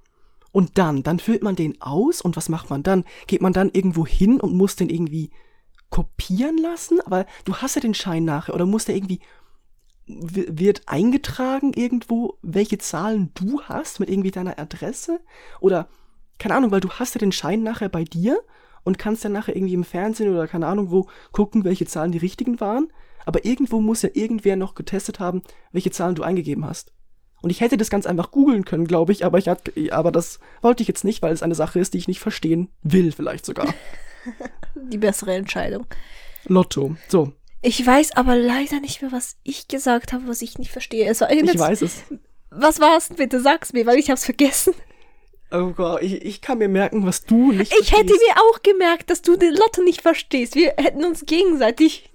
und dann, dann füllt man den aus und was macht man dann? Geht man dann irgendwo hin und muss den irgendwie kopieren lassen? Aber du hast ja den Schein nachher oder muss der irgendwie, wird eingetragen irgendwo, welche Zahlen du hast mit irgendwie deiner Adresse? Oder, keine Ahnung, weil du hast ja den Schein nachher bei dir und kannst dann nachher irgendwie im Fernsehen oder keine Ahnung wo gucken, welche Zahlen die richtigen waren. Aber irgendwo muss ja irgendwer noch getestet haben, welche Zahlen du eingegeben hast. Und ich hätte das ganz einfach googeln können, glaube ich, aber ich hat, aber das wollte ich jetzt nicht, weil es eine Sache ist, die ich nicht verstehen will, vielleicht sogar. Die bessere Entscheidung. Lotto. So. Ich weiß aber leider nicht mehr, was ich gesagt habe, was ich nicht verstehe. Es war ich weiß es. Was war es? Bitte sag's mir, weil ich hab's vergessen. Oh Gott, ich, ich kann mir merken, was du nicht ich verstehst. Ich hätte mir auch gemerkt, dass du den Lotto nicht verstehst. Wir hätten uns gegenseitig...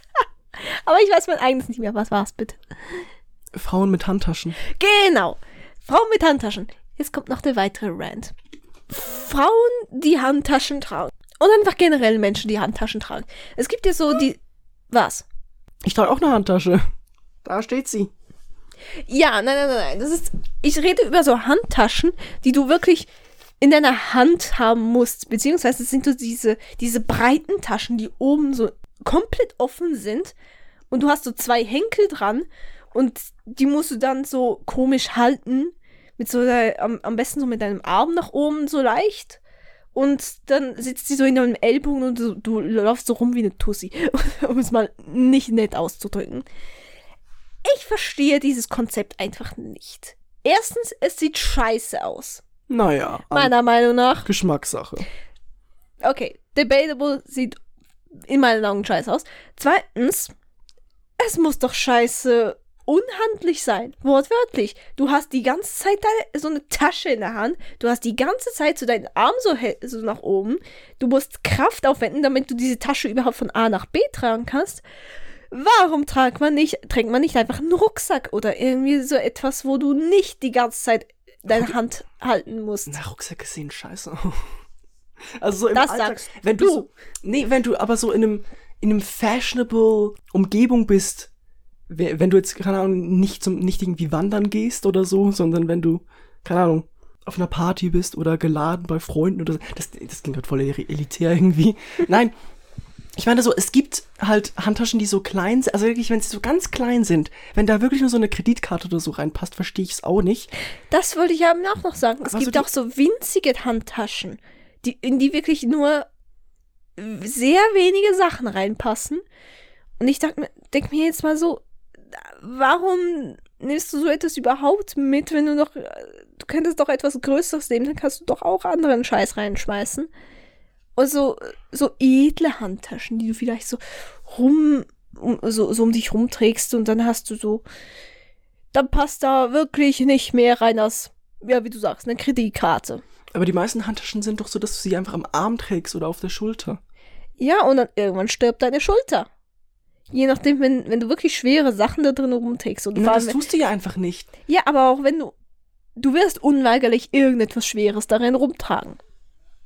Aber ich weiß mein eigenes nicht mehr. Was war's bitte? Frauen mit Handtaschen. Genau. Frauen mit Handtaschen. Jetzt kommt noch der weitere Rant. Frauen, die Handtaschen tragen. Und einfach generell Menschen, die Handtaschen tragen. Es gibt ja so die... Was? Ich trage auch eine Handtasche. Da steht sie. Ja, nein, nein, nein. Das ist, ich rede über so Handtaschen, die du wirklich in deiner Hand haben musst. Beziehungsweise es sind so diese, diese breiten Taschen, die oben so komplett offen sind. Und du hast so zwei Henkel dran. Und die musst du dann so komisch halten. Mit so der, am, am besten so mit deinem Arm nach oben so leicht. Und dann sitzt sie so in deinem Ellbogen und du, du läufst so rum wie eine Tussi. Um es mal nicht nett auszudrücken. Ich verstehe dieses Konzept einfach nicht. Erstens, es sieht scheiße aus. Naja. Meiner Meinung nach. Geschmackssache. Okay, debatable sieht in meinen Augen scheiße aus. Zweitens, es muss doch scheiße unhandlich sein. Wortwörtlich. Du hast die ganze Zeit deine, so eine Tasche in der Hand. Du hast die ganze Zeit so deinen Arm so, so nach oben. Du musst Kraft aufwenden, damit du diese Tasche überhaupt von A nach B tragen kannst. Warum trägt man nicht, trägt man nicht einfach einen Rucksack oder irgendwie so etwas, wo du nicht die ganze Zeit deine Hand halten musst? Na, Rucksäcke sehen scheiße aus. Also so im das Alltag, sagst wenn du, du. So, nee, wenn du aber so in einem, in einem fashionable Umgebung bist, wenn du jetzt, keine Ahnung, nicht zum, nicht irgendwie wandern gehst oder so, sondern wenn du, keine Ahnung, auf einer Party bist oder geladen bei Freunden oder so, das, das klingt halt voll elitär irgendwie. Nein, ich meine so, es gibt halt Handtaschen, die so klein sind, also wirklich, wenn sie so ganz klein sind, wenn da wirklich nur so eine Kreditkarte oder so reinpasst, verstehe ich es auch nicht. Das wollte ich ja auch noch sagen. Es Aber gibt so auch so winzige Handtaschen, die, in die wirklich nur sehr wenige Sachen reinpassen. Und ich denke denk mir jetzt mal so, warum nimmst du so etwas überhaupt mit, wenn du doch, du könntest doch etwas Größeres nehmen, dann kannst du doch auch anderen Scheiß reinschmeißen. Und so, so edle Handtaschen, die du vielleicht so rum, so, so um dich rumträgst und dann hast du so, dann passt da wirklich nicht mehr rein als, ja, wie du sagst, eine Kreditkarte. Aber die meisten Handtaschen sind doch so, dass du sie einfach am Arm trägst oder auf der Schulter. Ja, und dann irgendwann stirbt deine Schulter. Je nachdem, wenn, wenn du wirklich schwere Sachen da drin rumträgst. Und Na, das tust du ja einfach nicht. Ja, aber auch wenn du, du wirst unweigerlich irgendetwas Schweres darin rumtragen.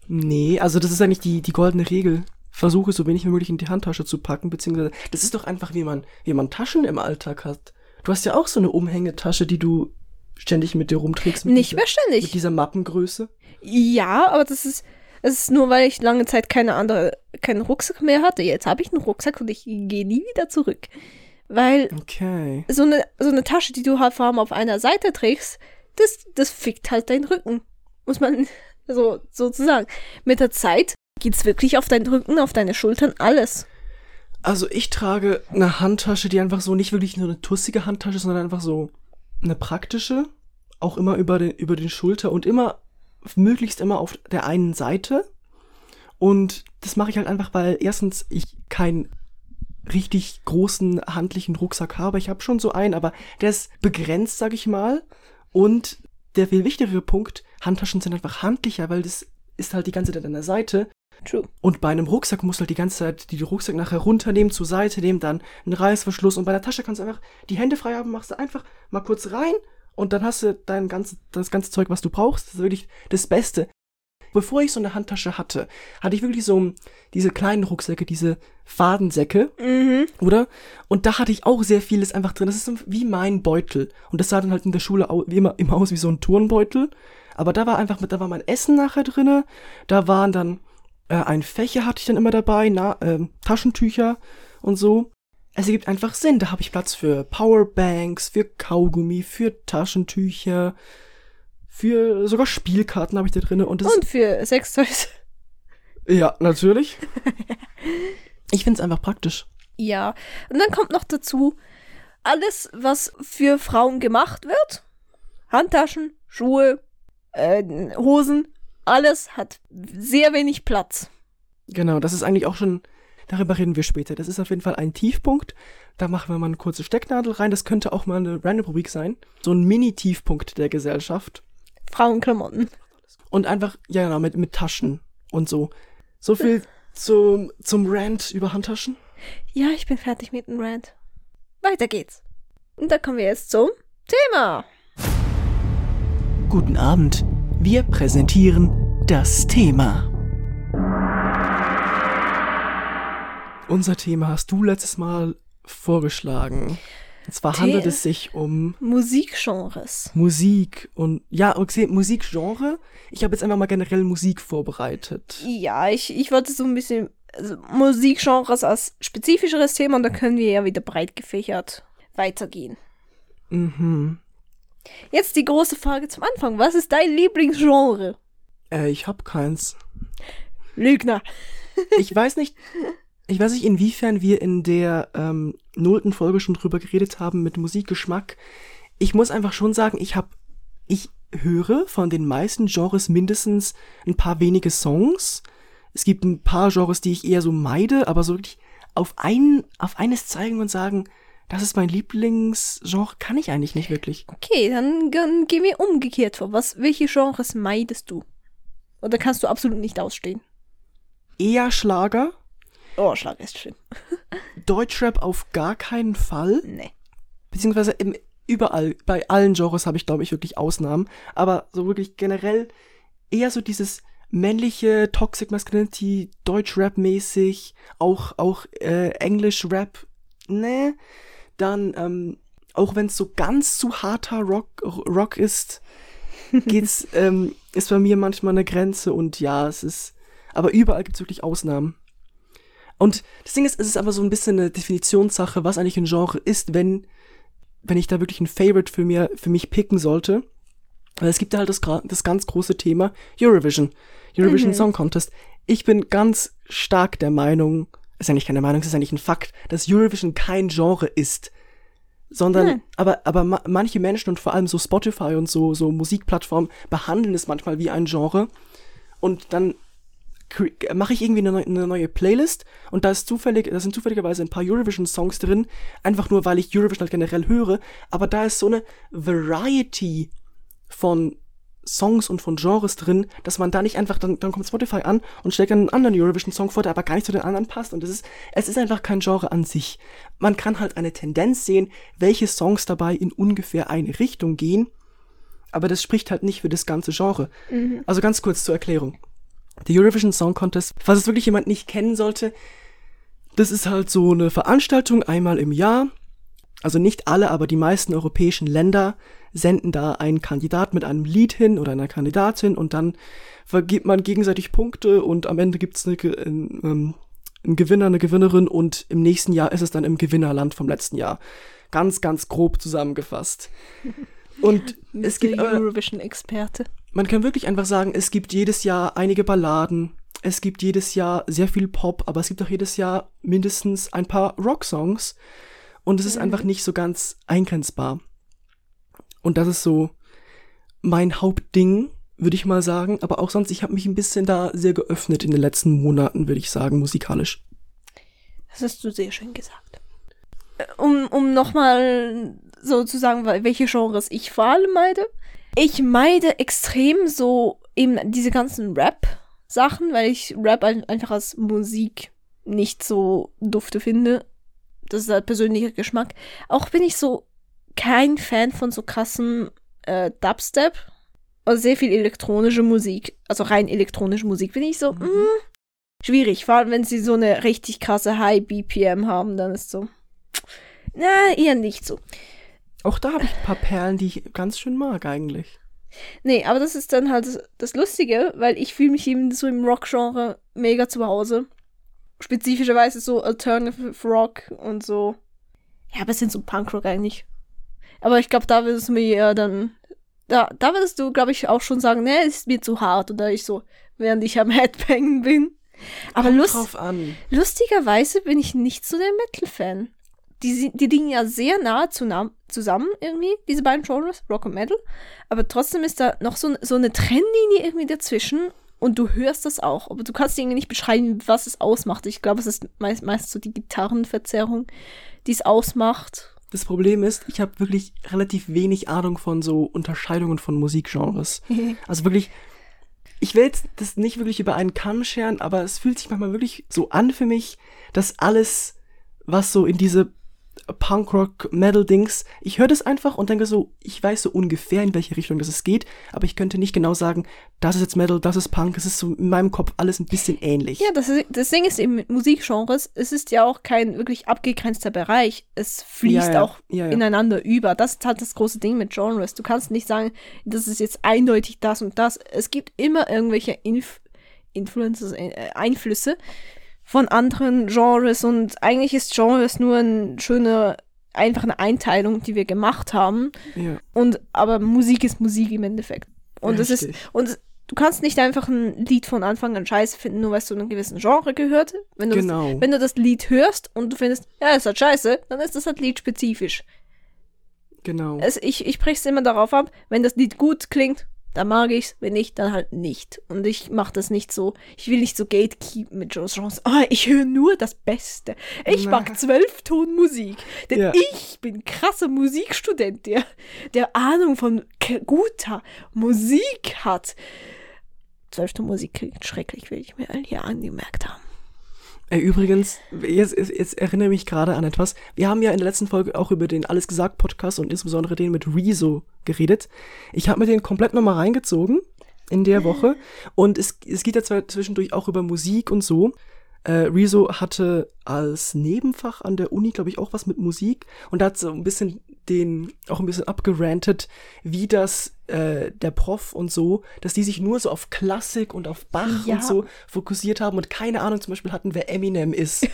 Nee, also das ist eigentlich die, die goldene Regel. Versuche so wenig wie möglich in die Handtasche zu packen, beziehungsweise das ist doch einfach, wie man, wie man Taschen im Alltag hat. Du hast ja auch so eine Umhängetasche, die du ständig mit dir rumträgst. Mit Nicht dieser, mehr ständig. Mit dieser Mappengröße. Ja, aber das ist, das ist nur, weil ich lange Zeit keine andere, keinen Rucksack mehr hatte. Jetzt habe ich einen Rucksack und ich gehe nie wieder zurück. Weil Okay. so eine, so eine Tasche, die du halt vor allem auf einer Seite trägst, das, das fickt halt deinen Rücken. Muss man so, sozusagen. Mit der Zeit geht's wirklich auf deinen Rücken, auf deine Schultern, alles. Also ich trage eine Handtasche, die einfach so nicht wirklich nur eine tussige Handtasche, sondern einfach so eine praktische. Auch immer über den, über den Schulter und immer, möglichst immer auf der einen Seite. Und das mache ich halt einfach, weil erstens ich keinen richtig großen handlichen Rucksack habe. Ich habe schon so einen, aber der ist begrenzt, sag ich mal. Und der viel wichtigere Punkt, Handtaschen sind einfach handlicher, weil das ist halt die ganze Zeit an der Seite. True. Und bei einem Rucksack musst du halt die ganze Zeit die Rucksack nachher runternehmen, zur Seite nehmen, dann einen Reißverschluss. Und bei der Tasche kannst du einfach die Hände frei haben, machst du einfach mal kurz rein und dann hast du dein ganze, das ganze Zeug, was du brauchst. Das ist wirklich das Beste. Bevor ich so eine Handtasche hatte, hatte ich wirklich so diese kleinen Rucksäcke, diese Fadensäcke, Mhm. oder? Und da hatte ich auch sehr vieles einfach drin. Das ist so wie mein Beutel. Und das sah dann halt in der Schule au- wie immer, immer aus wie so ein Turnbeutel. Aber da war einfach mit, da war mein Essen nachher drinne. Da waren dann äh, ein Fächer hatte ich dann immer dabei, na, ähm, Taschentücher und so. Es ergibt einfach Sinn. Da habe ich Platz für Powerbanks, für Kaugummi, für Taschentücher, für sogar Spielkarten habe ich da drinne. Und das Und für Sextoys. ja, natürlich. Ich finde es einfach praktisch. Ja. Und dann kommt noch dazu, alles, was für Frauen gemacht wird, Handtaschen, Schuhe, äh, Hosen, alles hat sehr wenig Platz. Genau, das ist eigentlich auch schon, darüber reden wir später. Das ist auf jeden Fall ein Tiefpunkt. Da machen wir mal eine kurze Stecknadel rein. Das könnte auch mal eine Random Rubrik sein. So ein Mini-Tiefpunkt der Gesellschaft. Frauenklamotten. Und einfach, ja genau, mit, mit Taschen und so. So viel zum, zum Rant über Handtaschen. Ja, ich bin fertig mit dem Rant. Weiter geht's. Und da kommen wir jetzt zum Thema. Guten Abend. Wir präsentieren das Thema. Unser Thema hast du letztes Mal vorgeschlagen. Und zwar The- handelt es sich um Musikgenres. Musik und, ja, okay, Musikgenre. Ich habe jetzt einfach mal generell Musik vorbereitet. Ja, ich, ich wollte so ein bisschen also Musikgenres als spezifischeres Thema und da können wir ja wieder breit gefächert weitergehen. Mhm. Jetzt die große Frage zum Anfang. Was ist dein Lieblingsgenre? Äh, ich hab keins. Lügner. Ich weiß nicht, ich weiß nicht, inwiefern wir in der ähm, nullten Folge schon drüber geredet haben mit Musikgeschmack. Ich muss einfach schon sagen, ich hab, ich höre von den meisten Genres mindestens ein paar wenige Songs. Es gibt ein paar Genres, die ich eher so meide, aber so wirklich auf ein, auf eines zeigen und sagen, das ist mein Lieblingsgenre, kann ich eigentlich nicht wirklich. Okay, dann, dann gehen wir umgekehrt vor. Was, welche Genres meidest du? Oder kannst du absolut nicht ausstehen? Eher Schlager, Oh, Schlag ist schlimm. Deutschrap auf gar keinen Fall. Nee. Beziehungsweise im, überall, bei allen Genres habe ich, glaube ich, wirklich Ausnahmen. Aber so wirklich generell eher so dieses männliche Toxic Masculinity, Deutsch-Rap-mäßig, auch, auch äh, Englisch-Rap, ne? Dann, ähm, auch wenn es so ganz zu harter Rock, Rock ist, geht's, ähm, ist bei mir manchmal eine Grenze und ja, es ist, aber überall gibt es wirklich Ausnahmen. Und das Ding ist, es ist aber so ein bisschen eine Definitionssache, was eigentlich ein Genre ist, wenn, wenn ich da wirklich ein Favorite für, mir, für mich picken sollte. Weil es gibt ja halt das, gra- das ganz große Thema Eurovision. Eurovision Mhm. Song Contest. Ich bin ganz stark der Meinung, ist eigentlich keine Meinung, es ist eigentlich ein Fakt, dass Eurovision kein Genre ist. Sondern, Nein. aber, aber ma- manche Menschen und vor allem so Spotify und so, so Musikplattformen behandeln es manchmal wie ein Genre. Und dann cre- mache ich irgendwie eine, neu- eine neue Playlist und da ist zufällig, da sind zufälligerweise ein paar Eurovision-Songs drin, einfach nur, weil ich Eurovision halt generell höre, aber da ist so eine Variety von Songs und von Genres drin, dass man da nicht einfach, dann, dann kommt Spotify an und schlägt einen anderen Eurovision-Song vor, der aber gar nicht zu den anderen passt und es ist, es ist einfach kein Genre an sich. Man kann halt eine Tendenz sehen, welche Songs dabei in ungefähr eine Richtung gehen, aber das spricht halt nicht für das ganze Genre. Mhm. Also ganz kurz zur Erklärung. Der Eurovision Song Contest, falls es wirklich jemand nicht kennen sollte, das ist halt so eine Veranstaltung einmal im Jahr. Also nicht alle, aber die meisten europäischen Länder senden da einen Kandidat mit einem Lied hin oder einer Kandidatin und dann vergibt man gegenseitig Punkte und am Ende gibt's eine, einen, einen Gewinner, eine Gewinnerin und im nächsten Jahr ist es dann im Gewinnerland vom letzten Jahr. Ganz, ganz grob zusammengefasst. Und es gibt Eurovision-Experte. Man kann wirklich einfach sagen, es gibt jedes Jahr einige Balladen, es gibt jedes Jahr sehr viel Pop, aber es gibt auch jedes Jahr mindestens ein paar Rocksongs und es ist mhm. einfach nicht so ganz eingrenzbar. Und das ist so mein Hauptding, würde ich mal sagen, aber auch sonst, ich habe mich ein bisschen da sehr geöffnet in den letzten Monaten, würde ich sagen, musikalisch. Das hast du sehr schön gesagt. Um, um nochmal so zu sagen, welche Genres ich vor allem meide. Ich meide extrem so eben diese ganzen Rap-Sachen, weil ich Rap einfach als Musik nicht so dufte finde. Das ist halt persönlicher Geschmack. Auch bin ich so kein Fan von so krassen äh, Dubstep. Also sehr viel elektronische Musik. Also rein elektronische Musik bin ich so, mhm. mh, schwierig. Vor allem, wenn sie so eine richtig krasse High-B P M haben, dann ist so, na, eher nicht so. Auch da habe ich ein paar Perlen, die ich ganz schön mag eigentlich. Nee, aber das ist dann halt das, das Lustige, weil ich fühle mich eben so im Rock-Genre mega zu Hause. Spezifischerweise so Alternative Rock und so. Ja, aber es sind so Punkrock eigentlich. Aber ich glaube, da würdest du mir ja dann, da, da würdest du, glaube ich, auch schon sagen, ne, es ist mir zu hart. Oder ich so, während ich am Headbangen bin. Aber lust, drauf an. lustigerweise bin ich nicht so der Metal-Fan. Die, die liegen ja sehr nah zu nah, zusammen irgendwie, diese beiden Genres, Rock und Metal. Aber trotzdem ist da noch so, so eine Trennlinie irgendwie dazwischen und du hörst das auch. Aber du kannst irgendwie nicht beschreiben, was es ausmacht. Ich glaube, es ist meist, meist so die Gitarrenverzerrung, die es ausmacht. Das Problem ist, ich habe wirklich relativ wenig Ahnung von so Unterscheidungen von Musikgenres. Also wirklich, ich will jetzt das nicht wirklich über einen Kamm scheren, aber es fühlt sich manchmal wirklich so an für mich, dass alles, was so in diese Punkrock-Metal-Dings, ich höre das einfach und denke so, ich weiß so ungefähr, in welche Richtung das es geht, aber ich könnte nicht genau sagen, das ist jetzt Metal, das ist Punk, es ist so in meinem Kopf alles ein bisschen ähnlich. Ja, das, ist, das Ding ist eben mit Musikgenres, es ist ja auch kein wirklich abgegrenzter Bereich, es fließt ja, ja. auch ja, ja. ineinander über. Das ist halt das große Ding mit Genres. Du kannst nicht sagen, das ist jetzt eindeutig das und das. Es gibt immer irgendwelche Inf- Influences, äh, Einflüsse von anderen Genres und eigentlich ist Genres nur eine schöne, einfach eine Einteilung, die wir gemacht haben. Ja. Und aber Musik ist Musik im Endeffekt. Und es ist und du kannst nicht einfach ein Lied von Anfang an scheiße finden, nur weil es zu einem gewissen Genre gehört. Wenn du, genau. das, wenn du das Lied hörst und du findest, ja, es ist halt scheiße, dann ist das halt liedspezifisch. Genau. Es, ich ich breche es immer darauf ab, wenn das Lied gut klingt, dann mag ich's, wenn nicht, dann halt nicht. Und ich mache das nicht so, ich will nicht so gatekeepen mit Genres. Oh, ich höre nur das Beste. Ich Na. mag Zwölftonmusik. Denn Ja. ich bin krasser Musikstudent, der, der Ahnung von k- guter Musik hat. Zwölftonmusik klingt schrecklich, will ich mir hier angemerkt haben. Äh, übrigens, jetzt, jetzt, jetzt erinnere mich gerade an etwas. Wir haben ja in der letzten Folge auch über den Alles gesagt Podcast und insbesondere den mit Rezo geredet. Ich habe mir den komplett nochmal reingezogen in der Woche und es, es geht ja zwar zwischendurch auch über Musik und so. Äh, Rezo hatte als Nebenfach an der Uni, glaube ich, auch was mit Musik und da hat so ein bisschen den, auch ein bisschen abgerantet, wie das äh, der Prof und so, dass die sich nur so auf Klassik und auf Bach Ja. und so fokussiert haben und keine Ahnung zum Beispiel hatten, wer Eminem ist.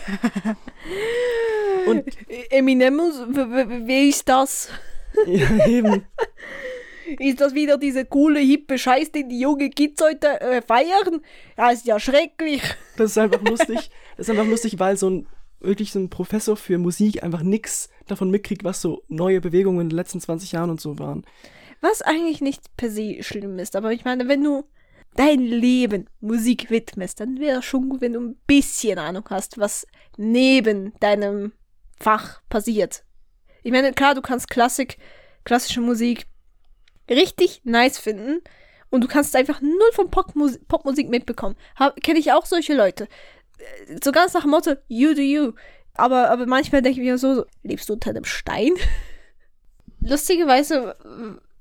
Und Eminem, w- w- wer ist das? ja, eben. Ist das wieder diese coole, hippe Scheiß, den die junge Kids heute äh, feiern? Ja, ist ja schrecklich. Das ist einfach lustig. Das ist einfach lustig, weil so ein wirklich so ein Professor für Musik einfach nix davon mitkriegt, was so neue Bewegungen in den letzten zwanzig Jahren und so waren. Was eigentlich nicht per se schlimm ist, aber ich meine, wenn du dein Leben Musik widmest, dann wäre es schon gut, wenn du ein bisschen Ahnung hast, was neben deinem Fach passiert. Ich meine, klar, du kannst Klassik, klassische Musik richtig nice finden und du kannst einfach null von Popmus- Popmusik mitbekommen. Kenne ich auch solche Leute. So ganz nach dem Motto, you do you. Aber, aber manchmal denke ich mir so, so, lebst du unter einem Stein? Lustigerweise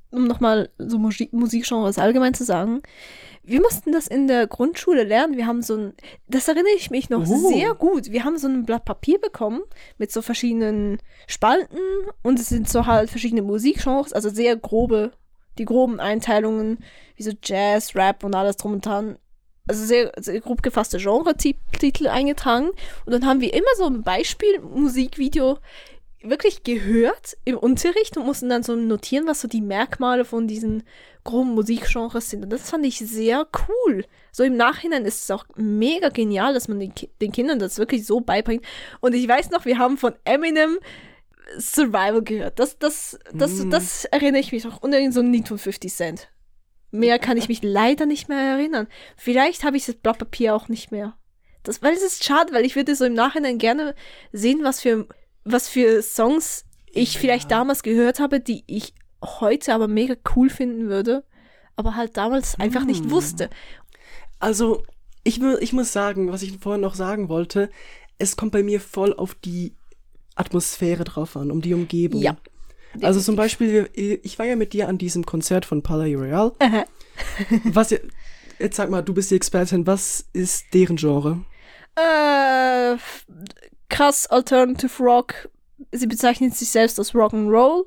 um nochmal so Musik- Musikgenres allgemein zu sagen, wir mussten das in der Grundschule lernen. Wir haben so ein, das erinnere ich mich noch Oh. sehr gut. Wir haben so ein Blatt Papier bekommen mit so verschiedenen Spalten und es sind so halt verschiedene Musikgenres, also sehr grobe, die groben Einteilungen, wie so Jazz, Rap und alles drum und dran. Also sehr, sehr grob gefasste Genre-Titel eingetragen. Und dann haben wir immer so ein Beispiel-Musikvideo wirklich gehört im Unterricht und mussten dann so notieren, was so die Merkmale von diesen groben Musikgenres sind. Und das fand ich sehr cool. So im Nachhinein ist es auch mega genial, dass man den, Ki- den Kindern das wirklich so beibringt. Und ich weiß noch, wir haben von Eminem Survival gehört. Das, das, das, Mm. das erinnere ich mich noch. Und irgend so ein Lied von fifty Cent. Mehr kann ich mich leider nicht mehr erinnern. Vielleicht habe ich das Blatt Papier auch nicht mehr. Das, weil es ist schade, weil ich würde so im Nachhinein gerne sehen, was für, was für Songs ich Ja. vielleicht damals gehört habe, die ich heute aber mega cool finden würde, aber halt damals einfach nicht Hm. wusste. Also, ich, mu- ich muss sagen, was ich vorhin noch sagen wollte, es kommt bei mir voll auf die Atmosphäre drauf an, um die Umgebung. Ja. Also zum Beispiel, wir- ich war ja mit dir an diesem Konzert von Palais Royal. Aha. Was, ja- jetzt sag mal, du bist die Expertin, was ist deren Genre? Äh, f- krass Alternative Rock. Sie bezeichnen sich selbst als Rock'n'Roll.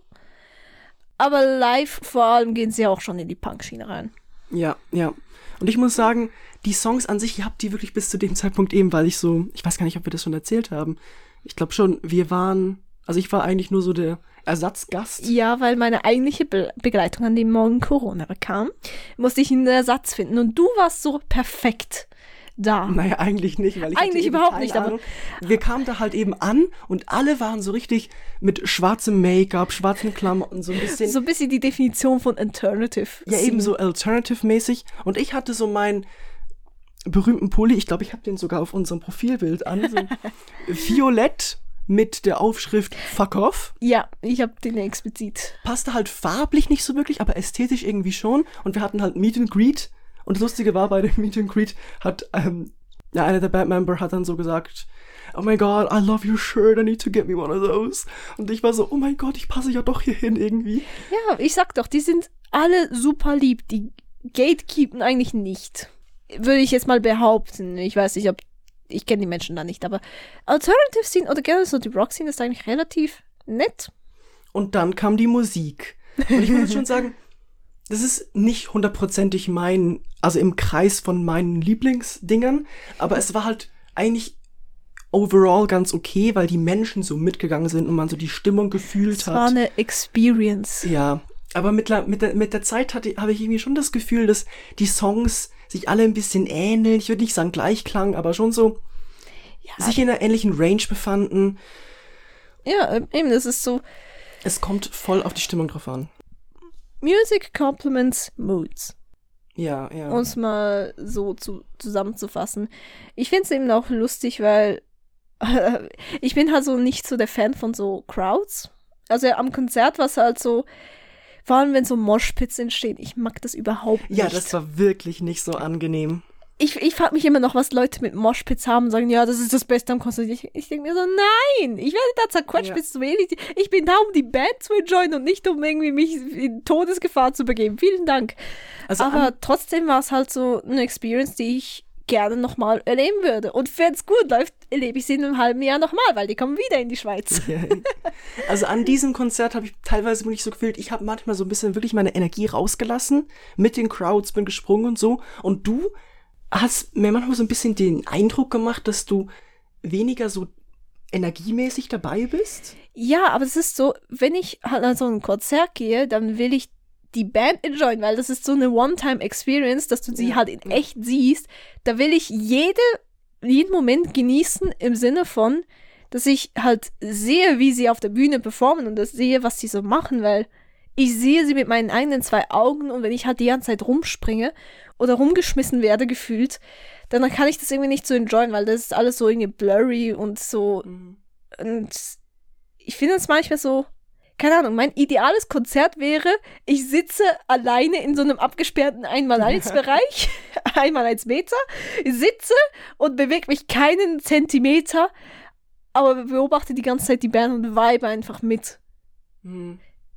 Aber live vor allem gehen sie auch schon in die Punk-Schiene rein. Ja, ja. Und ich muss sagen, die Songs an sich, ihr habt die wirklich bis zu dem Zeitpunkt eben, weil ich so, ich weiß gar nicht, ob wir das schon erzählt haben. Ich glaube schon, wir waren, also ich war eigentlich nur so der Ersatzgast. Ja, weil meine eigentliche Be Begleitung an dem Morgen Corona bekam, musste ich einen Ersatz finden. Und du warst so perfekt da. Naja, eigentlich nicht, weil ich hatte Eigentlich eben überhaupt keine nicht, aber- Ahnung. Wir kamen da halt eben an und alle waren so richtig mit schwarzem Make-up, schwarzen Klamotten, so ein bisschen, So ein bisschen die Definition von Alternative. ja eben so Alternative-mäßig. Und ich hatte so meinen berühmten Pulli, ich glaube, ich habe den sogar auf unserem Profilbild an, so violett mit der Aufschrift Fuck Off. Ja, ich habe den explizit. Passte halt farblich nicht so wirklich, aber ästhetisch irgendwie schon. Und wir hatten halt Meet and Greet. Und das Lustige war, bei dem Meet and Greet hat, ähm, ja, einer der Bandmember hat dann so gesagt, oh my God, I love your shirt, I need to get me one of those. Und ich war so, oh mein Gott, ich passe ja doch hier hin irgendwie. Ja, ich sag doch, die sind alle super lieb. Die gatekeepen eigentlich nicht. Würde ich jetzt mal behaupten. Ich weiß nicht, ob ich kenne die Menschen da nicht, aber Alternative Scene oder generell so die Rock Scene ist eigentlich relativ nett. Und dann kam die Musik. Und ich muss jetzt schon sagen, das ist nicht hundertprozentig mein, also im Kreis von meinen Lieblingsdingern, aber es war halt eigentlich overall ganz okay, weil die Menschen so mitgegangen sind und man so die Stimmung gefühlt Es hat. war eine Experience. Ja, aber mit, la- mit, der, mit der Zeit hatte, habe ich irgendwie schon das Gefühl, dass die Songs sich alle ein bisschen ähneln. Ich würde nicht sagen Gleichklang, aber schon so Ja, sich in einer ähnlichen Range befanden. ja, eben, das ist so Es kommt voll auf die Stimmung drauf an. Music complements moods. Ja, ja. Um es mal so zu, zusammenzufassen. Ich finde es eben auch lustig, weil ich bin halt so nicht so der Fan von so Crowds. Also am Konzert war es halt so, vor allem wenn so Moshpits entstehen, ich mag das überhaupt nicht. ja, das war wirklich nicht so angenehm. Ich, ich frage mich immer noch, was Leute mit Moshpits haben und sagen, ja, das ist das Beste am Konzert. Ich, ich denke mir so, nein, ich werde da zerquetscht Ja. bis zum Ehrlich. Ich bin da, um die Band zu enjoyen und nicht, um irgendwie mich in Todesgefahr zu begeben. Vielen Dank. Also Aber an, trotzdem war es halt so eine Experience, die ich gerne nochmal erleben würde. Und wenn es gut läuft, erlebe ich sie in einem halben Jahr nochmal, weil die kommen wieder in die Schweiz. ja, also an diesem Konzert habe ich teilweise wirklich so gefühlt, ich habe manchmal so ein bisschen wirklich meine Energie rausgelassen, mit den Crowds, bin gesprungen und so. Und du hast mir manchmal so ein bisschen den Eindruck gemacht, dass du weniger so energiemäßig dabei bist. Ja, aber es ist so, wenn ich halt an so ein Konzert gehe, dann will ich die Band enjoyen, weil das ist so eine One-Time-Experience, dass du sie Ja, halt in ja. echt siehst. Da will ich jede, jeden Moment genießen im Sinne von, dass ich halt sehe, wie sie auf der Bühne performen und das sehe, was sie so machen, weil ich sehe sie mit meinen eigenen zwei Augen und wenn ich halt die ganze Zeit rumspringe oder rumgeschmissen werde gefühlt, dann kann ich das irgendwie nicht so enjoyen, weil das ist alles so irgendwie blurry und so. Und ich finde es manchmal so, keine Ahnung, mein ideales Konzert wäre, ich sitze alleine in so einem abgesperrten einmal eins Bereich, einmal eins Meter, sitze und bewege mich keinen Zentimeter, aber beobachte die ganze Zeit die Band und vibe einfach mit. Mhm.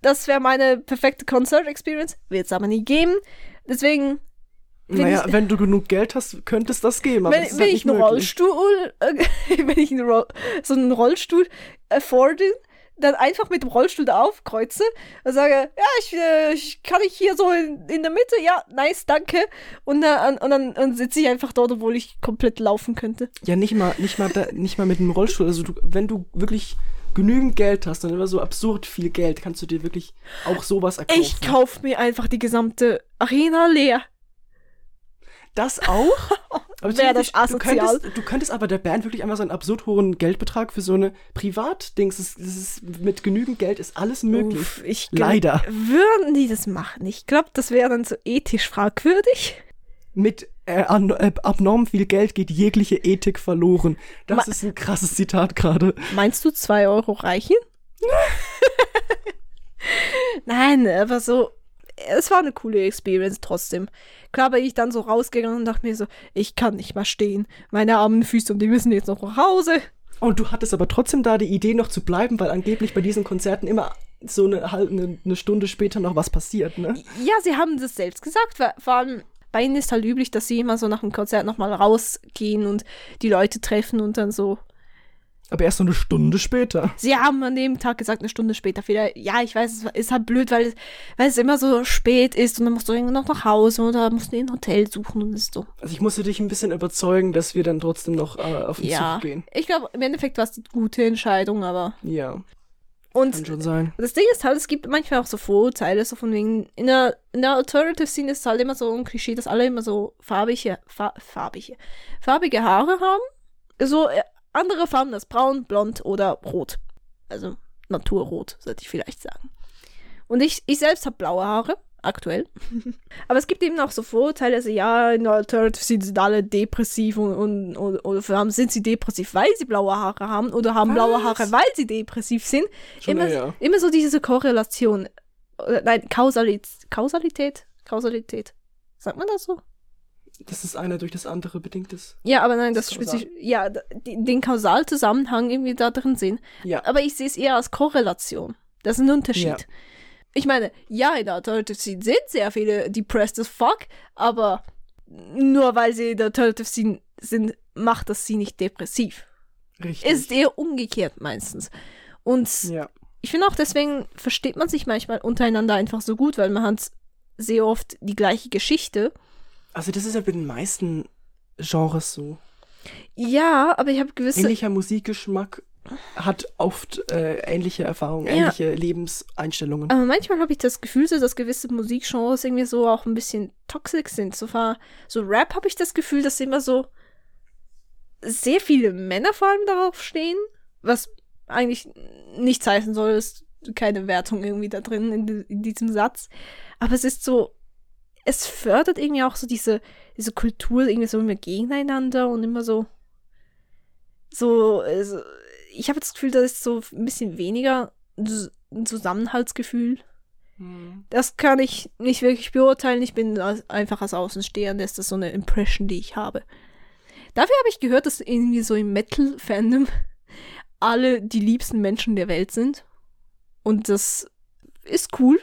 das wäre meine perfekte Concert-Experience. Wird es aber nie geben. Deswegen. Naja, ich, wenn du genug Geld hast, könnte es das geben. Aber wenn das ist wenn halt ich nicht einen möglich. Rollstuhl, äh, wenn ich einen Roll, so einen Rollstuhl afforde, dann einfach mit dem Rollstuhl da aufkreuze und sage, ja, ich, äh, ich kann ich hier so in, in der Mitte, ja, nice, danke. Und dann, und dann und sitze ich einfach dort, obwohl ich komplett laufen könnte. Ja, nicht mal, nicht mal, da, nicht mal mit einem Rollstuhl. Also du, wenn du wirklich genügend Geld hast, dann immer so absurd viel Geld, kannst du dir wirklich auch sowas erkaufen. Ich kaufe mir einfach die gesamte Arena leer. Das auch? Aber Wäre das du asozial. könntest, du könntest aber der Band wirklich einfach so einen absurd hohen Geldbetrag für so eine Privatdings, das ist, das ist, mit genügend Geld ist alles möglich. Uff, ich glaub, Leider. Würden die das machen? Ich glaube, das wäre dann so ethisch fragwürdig. Mit äh, an, äh, abnorm viel Geld geht jegliche Ethik verloren. Das Ma- ist ein krasses Zitat gerade. Meinst du, zwei Euro reichen? Nein, aber so, es war eine coole Experience trotzdem. Klar bin ich dann so rausgegangen und dachte mir so, ich kann nicht mal stehen. Meine armen Füße, und die müssen jetzt noch nach Hause. Und du hattest aber trotzdem da die Idee noch zu bleiben, weil angeblich bei diesen Konzerten immer so eine, halt eine, eine Stunde später noch was passiert, ne? Ja, sie haben das selbst gesagt. Vor vor allem bei ihnen ist halt üblich, dass sie immer so nach dem Konzert nochmal rausgehen und die Leute treffen und dann so. Aber erst so eine Stunde später. Sie haben an dem Tag gesagt, eine Stunde später wieder. Ja, ich weiß, es ist halt blöd, weil es, weil es immer so spät ist und dann musst du irgendwie noch nach Hause oder musst du ein Hotel suchen und ist so. Also ich musste dich ein bisschen überzeugen, dass wir dann trotzdem noch äh, auf den Ja, Zug gehen. ich glaube, im Endeffekt war es die gute Entscheidung, aber. Ja, Und kann schon sein. das Ding ist halt, es gibt manchmal auch so Vorurteile, so von wegen, in der, in der Alternative-Szene ist es halt immer so ein Klischee, dass alle immer so farbige, fa farbige, farbige Haare haben. So äh, andere Farben als braun, blond oder rot. Also naturrot, sollte ich vielleicht sagen. Und ich, ich selbst habe blaue Haare, aktuell. Aber es gibt eben auch so Vorurteile, also ja, in der Alternative-Szene sind alle depressiv und, und, und oder vor allem sind sie depressiv, weil sie blaue Haare haben oder haben Was? blaue Haare, weil sie depressiv sind. Schon Immer, eher. immer so diese Korrelation. Oder, nein, Kausalität. Kausalität? Kausalität. Sagt man das so? Das ist einer durch das andere bedingt ist. Ja, aber nein, das Das spezifisch. Ja, d- den Kausalzusammenhang irgendwie da drin sehen. Ja. Aber ich sehe es eher als Korrelation. Das ist ein Unterschied. Ja. Ich meine, ja, in der Alternative Scene sind sehr viele depressed as fuck, aber nur weil sie in der Alternative Scene sind, macht das sie nicht depressiv. Richtig. Es ist eher umgekehrt meistens. Und ja. ich finde auch, deswegen versteht man sich manchmal untereinander einfach so gut, weil man hat sehr oft die gleiche Geschichte. Also das ist ja bei den meisten Genres so. Ja, aber ich habe gewisse... Ähnlicher Musikgeschmack hat oft äh, ähnliche Erfahrungen, Ja. ähnliche Lebenseinstellungen. Aber manchmal habe ich das Gefühl, so, dass gewisse Musikgenres irgendwie so auch ein bisschen toxisch sind. So, war, so Rap habe ich das Gefühl, dass immer so sehr viele Männer vor allem darauf stehen, was eigentlich nichts heißen soll, ist keine Wertung irgendwie da drin in, di- in diesem Satz. Aber es ist so, es fördert irgendwie auch so diese, diese Kultur irgendwie so immer gegeneinander und immer so, so, also, ich habe das Gefühl, da ist so ein bisschen weniger ein Zusammenhaltsgefühl. Hm. Das kann ich nicht wirklich beurteilen. Ich bin als, einfach als Außenstehender, ist das so eine Impression, die ich habe. Dafür habe ich gehört, dass irgendwie so im Metal-Fandom alle die liebsten Menschen der Welt sind. Und das ist cool.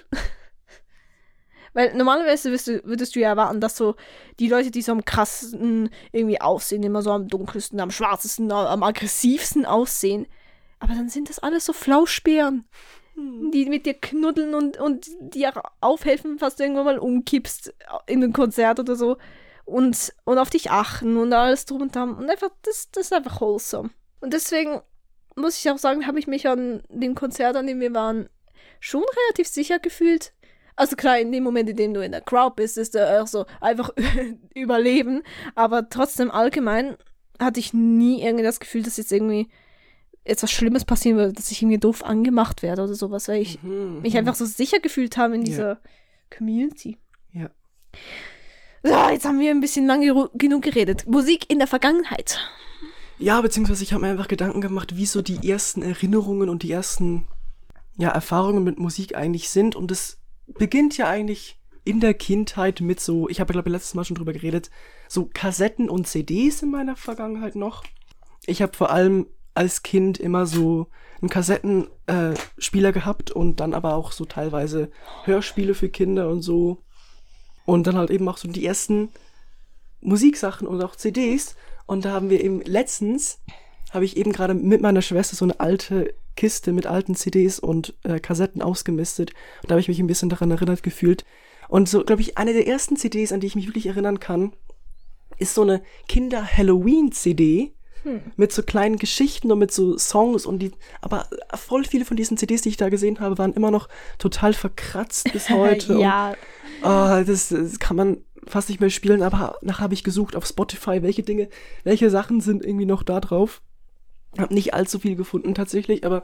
Weil normalerweise würdest du, würdest du ja erwarten, dass so die Leute, die so am krassesten irgendwie aussehen, immer so am dunkelsten, am schwarzesten, am aggressivsten aussehen. Aber dann sind das alles so Flauschbären, die mit dir knuddeln und, und dir aufhelfen, falls du irgendwann mal umkippst in einem Konzert oder so. Und, und auf dich achten und alles drum und dran. Und einfach, das, das ist einfach wholesome. Und deswegen muss ich auch sagen, habe ich mich an dem Konzert, an dem wir waren, schon relativ sicher gefühlt. Also klar, in dem Moment, in dem du in der Crowd bist, ist er auch so einfach überleben. Aber trotzdem allgemein hatte ich nie irgendwie das Gefühl, dass jetzt irgendwie etwas Schlimmes passieren würde, dass ich irgendwie doof angemacht werde oder sowas, weil ich Mhm, mich mhm. einfach so sicher gefühlt habe in dieser Community. Ja. So, jetzt haben wir ein bisschen lange geru- genug geredet. Musik in der Vergangenheit. Ja, beziehungsweise ich habe mir einfach Gedanken gemacht, wie so die ersten Erinnerungen und die ersten ja, Erfahrungen mit Musik eigentlich sind. Und es beginnt ja eigentlich in der Kindheit mit so, ich habe ja glaube ich letztes Mal schon drüber geredet, so Kassetten und C Ds in meiner Vergangenheit noch. Ich habe vor allem als Kind immer so einen Kassettenspieler äh, Spieler gehabt und dann aber auch so teilweise Hörspiele für Kinder und so. Und dann halt eben auch so die ersten Musiksachen und auch C Ds. Und da haben wir eben letztens, habe ich eben gerade mit meiner Schwester so eine alte Kiste mit alten C Ds und äh, Kassetten ausgemistet. Und da habe ich mich ein bisschen daran erinnert gefühlt. Und so, glaube ich, eine der ersten C Ds, an die ich mich wirklich erinnern kann, ist so eine Kinder-Halloween-C D hm. mit so kleinen Geschichten und mit so Songs. Und die, aber voll viele von diesen C Ds, die ich da gesehen habe, waren immer noch total verkratzt bis heute. ja. Und, oh, das, das kann man fast nicht mehr spielen, aber nachher habe ich gesucht auf Spotify, welche Dinge, welche Sachen sind irgendwie noch da drauf. Hab nicht allzu viel gefunden tatsächlich, aber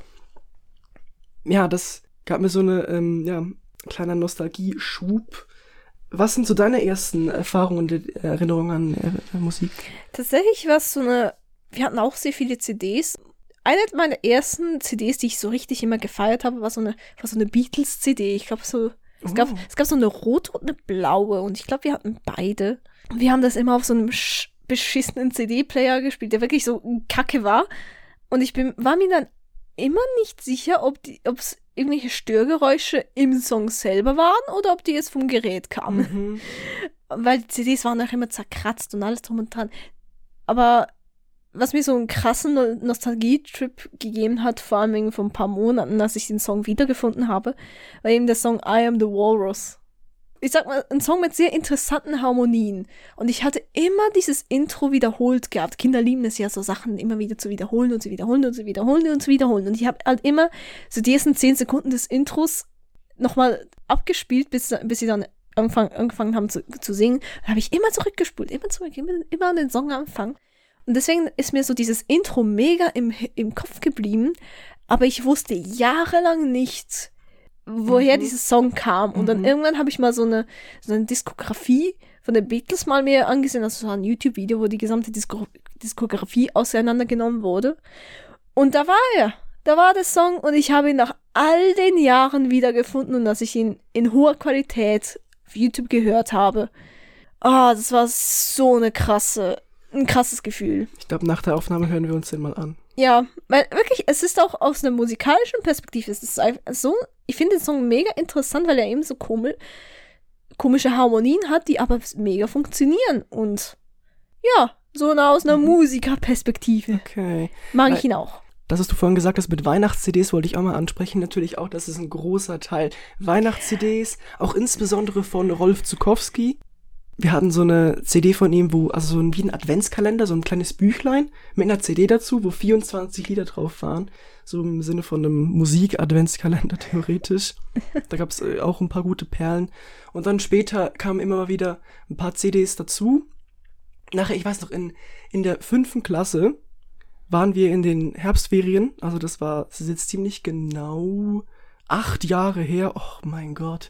ja, das gab mir so eine, ähm, ja, kleiner Nostalgie-Schub. Was sind so deine ersten Erfahrungen und Erinnerungen an äh, Musik? Tatsächlich war es so eine, wir hatten auch sehr viele C Ds. Eine meiner ersten C Ds, die ich so richtig immer gefeiert habe, war so eine, war so eine Beatles-C D. Ich glaube so, es, oh. gab, es gab so eine rote und eine blaue und ich glaube, wir hatten beide. Wir haben das immer auf so einem sch- beschissenen C D-Player gespielt, der wirklich so kacke war. Und ich bin, war mir dann immer nicht sicher, ob es irgendwelche Störgeräusche im Song selber waren oder ob die jetzt vom Gerät kamen. Mhm. Weil die C Ds waren auch immer zerkratzt und alles drum und dran. Aber was mir so einen krassen No- Nostalgie-Trip gegeben hat, vor allem vor ein paar Monaten, als ich den Song wiedergefunden habe, war eben der Song I Am the Walrus. Ich sag mal, ein Song mit sehr interessanten Harmonien. Und ich hatte immer dieses Intro wiederholt gehabt. Kinder lieben es ja, so Sachen immer wieder zu wiederholen und zu wiederholen und zu wiederholen und zu wiederholen. Und ich habe halt immer so die ersten zehn Sekunden des Intros nochmal abgespielt, bis, bis sie dann anfang, angefangen haben zu, zu singen. Da habe ich immer zurückgespult, immer zurück, immer, immer an den Song anfangen. Und deswegen ist mir so dieses Intro mega im, im Kopf geblieben. Aber ich wusste jahrelang nicht, woher mhm. dieses Song kam. Und mhm. dann irgendwann habe ich mal so eine, so eine Diskografie von den Beatles mal mir angesehen. Also so ein YouTube-Video, wo die gesamte Disko- Diskografie auseinandergenommen wurde. Und da war er. Da war der Song und ich habe ihn nach all den Jahren wiedergefunden und dass ich ihn in hoher Qualität auf YouTube gehört habe. Ah, oh, das war so eine krasse, ein krasses Gefühl. Ich glaube, nach der Aufnahme hören wir uns den mal an. Ja, weil wirklich, es ist auch aus einer musikalischen Perspektive, es ist einfach so, ich finde den Song mega interessant, weil er eben so komisch, komische Harmonien hat, die aber mega funktionieren und ja, so aus einer mhm. Musikerperspektive. Okay. Mag ich ihn auch. Das, was du vorhin gesagt hast mit Weihnachts-C Ds, wollte ich auch mal ansprechen. Natürlich auch, das ist ein großer Teil. Weihnachts-C Ds, auch insbesondere von Rolf Zuckowski. Wir hatten so eine C D von ihm, wo, also so ein, wie ein Adventskalender, so ein kleines Büchlein mit einer C D dazu, wo vierundzwanzig Lieder drauf waren. So im Sinne von einem Musik-Adventskalender theoretisch. Da gab es auch ein paar gute Perlen. Und dann später kamen immer mal wieder ein paar C Ds dazu. Nachher, ich weiß noch, in, in der fünften Klasse waren wir in den Herbstferien. Also das war, das ist jetzt ziemlich genau acht Jahre her. Oh mein Gott.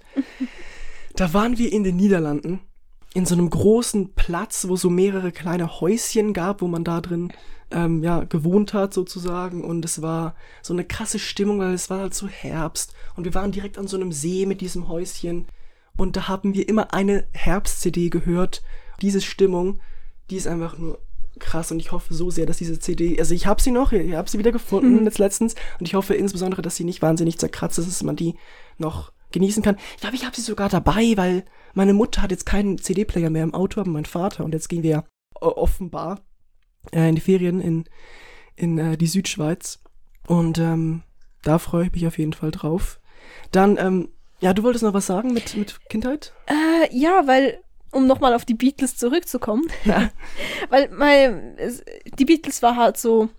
Da waren wir in den Niederlanden. In so einem großen Platz, wo so mehrere kleine Häuschen gab, wo man da drin ähm, ja, gewohnt hat sozusagen. Und es war so eine krasse Stimmung, weil es war halt so Herbst. Und wir waren direkt an so einem See mit diesem Häuschen. Und da haben wir immer eine Herbst-C D gehört. Diese Stimmung, die ist einfach nur krass. Und ich hoffe so sehr, dass diese C D, also ich habe sie noch, ich habe sie wieder gefunden mhm. jetzt letztens. Und ich hoffe insbesondere, dass sie nicht wahnsinnig zerkratzt ist, dass man die noch genießen kann. Ich glaube, ich habe sie sogar dabei, weil meine Mutter hat jetzt keinen C D-Player mehr im Auto, aber mein Vater. Und jetzt gehen wir ja offenbar äh, in die Ferien in, in äh, die Südschweiz. Und ähm, da freue ich mich auf jeden Fall drauf. Dann, ähm, ja, du wolltest noch was sagen mit, mit Kindheit? Äh, ja, weil, um nochmal auf die Beatles zurückzukommen. Ja. weil mein, die Beatles war halt so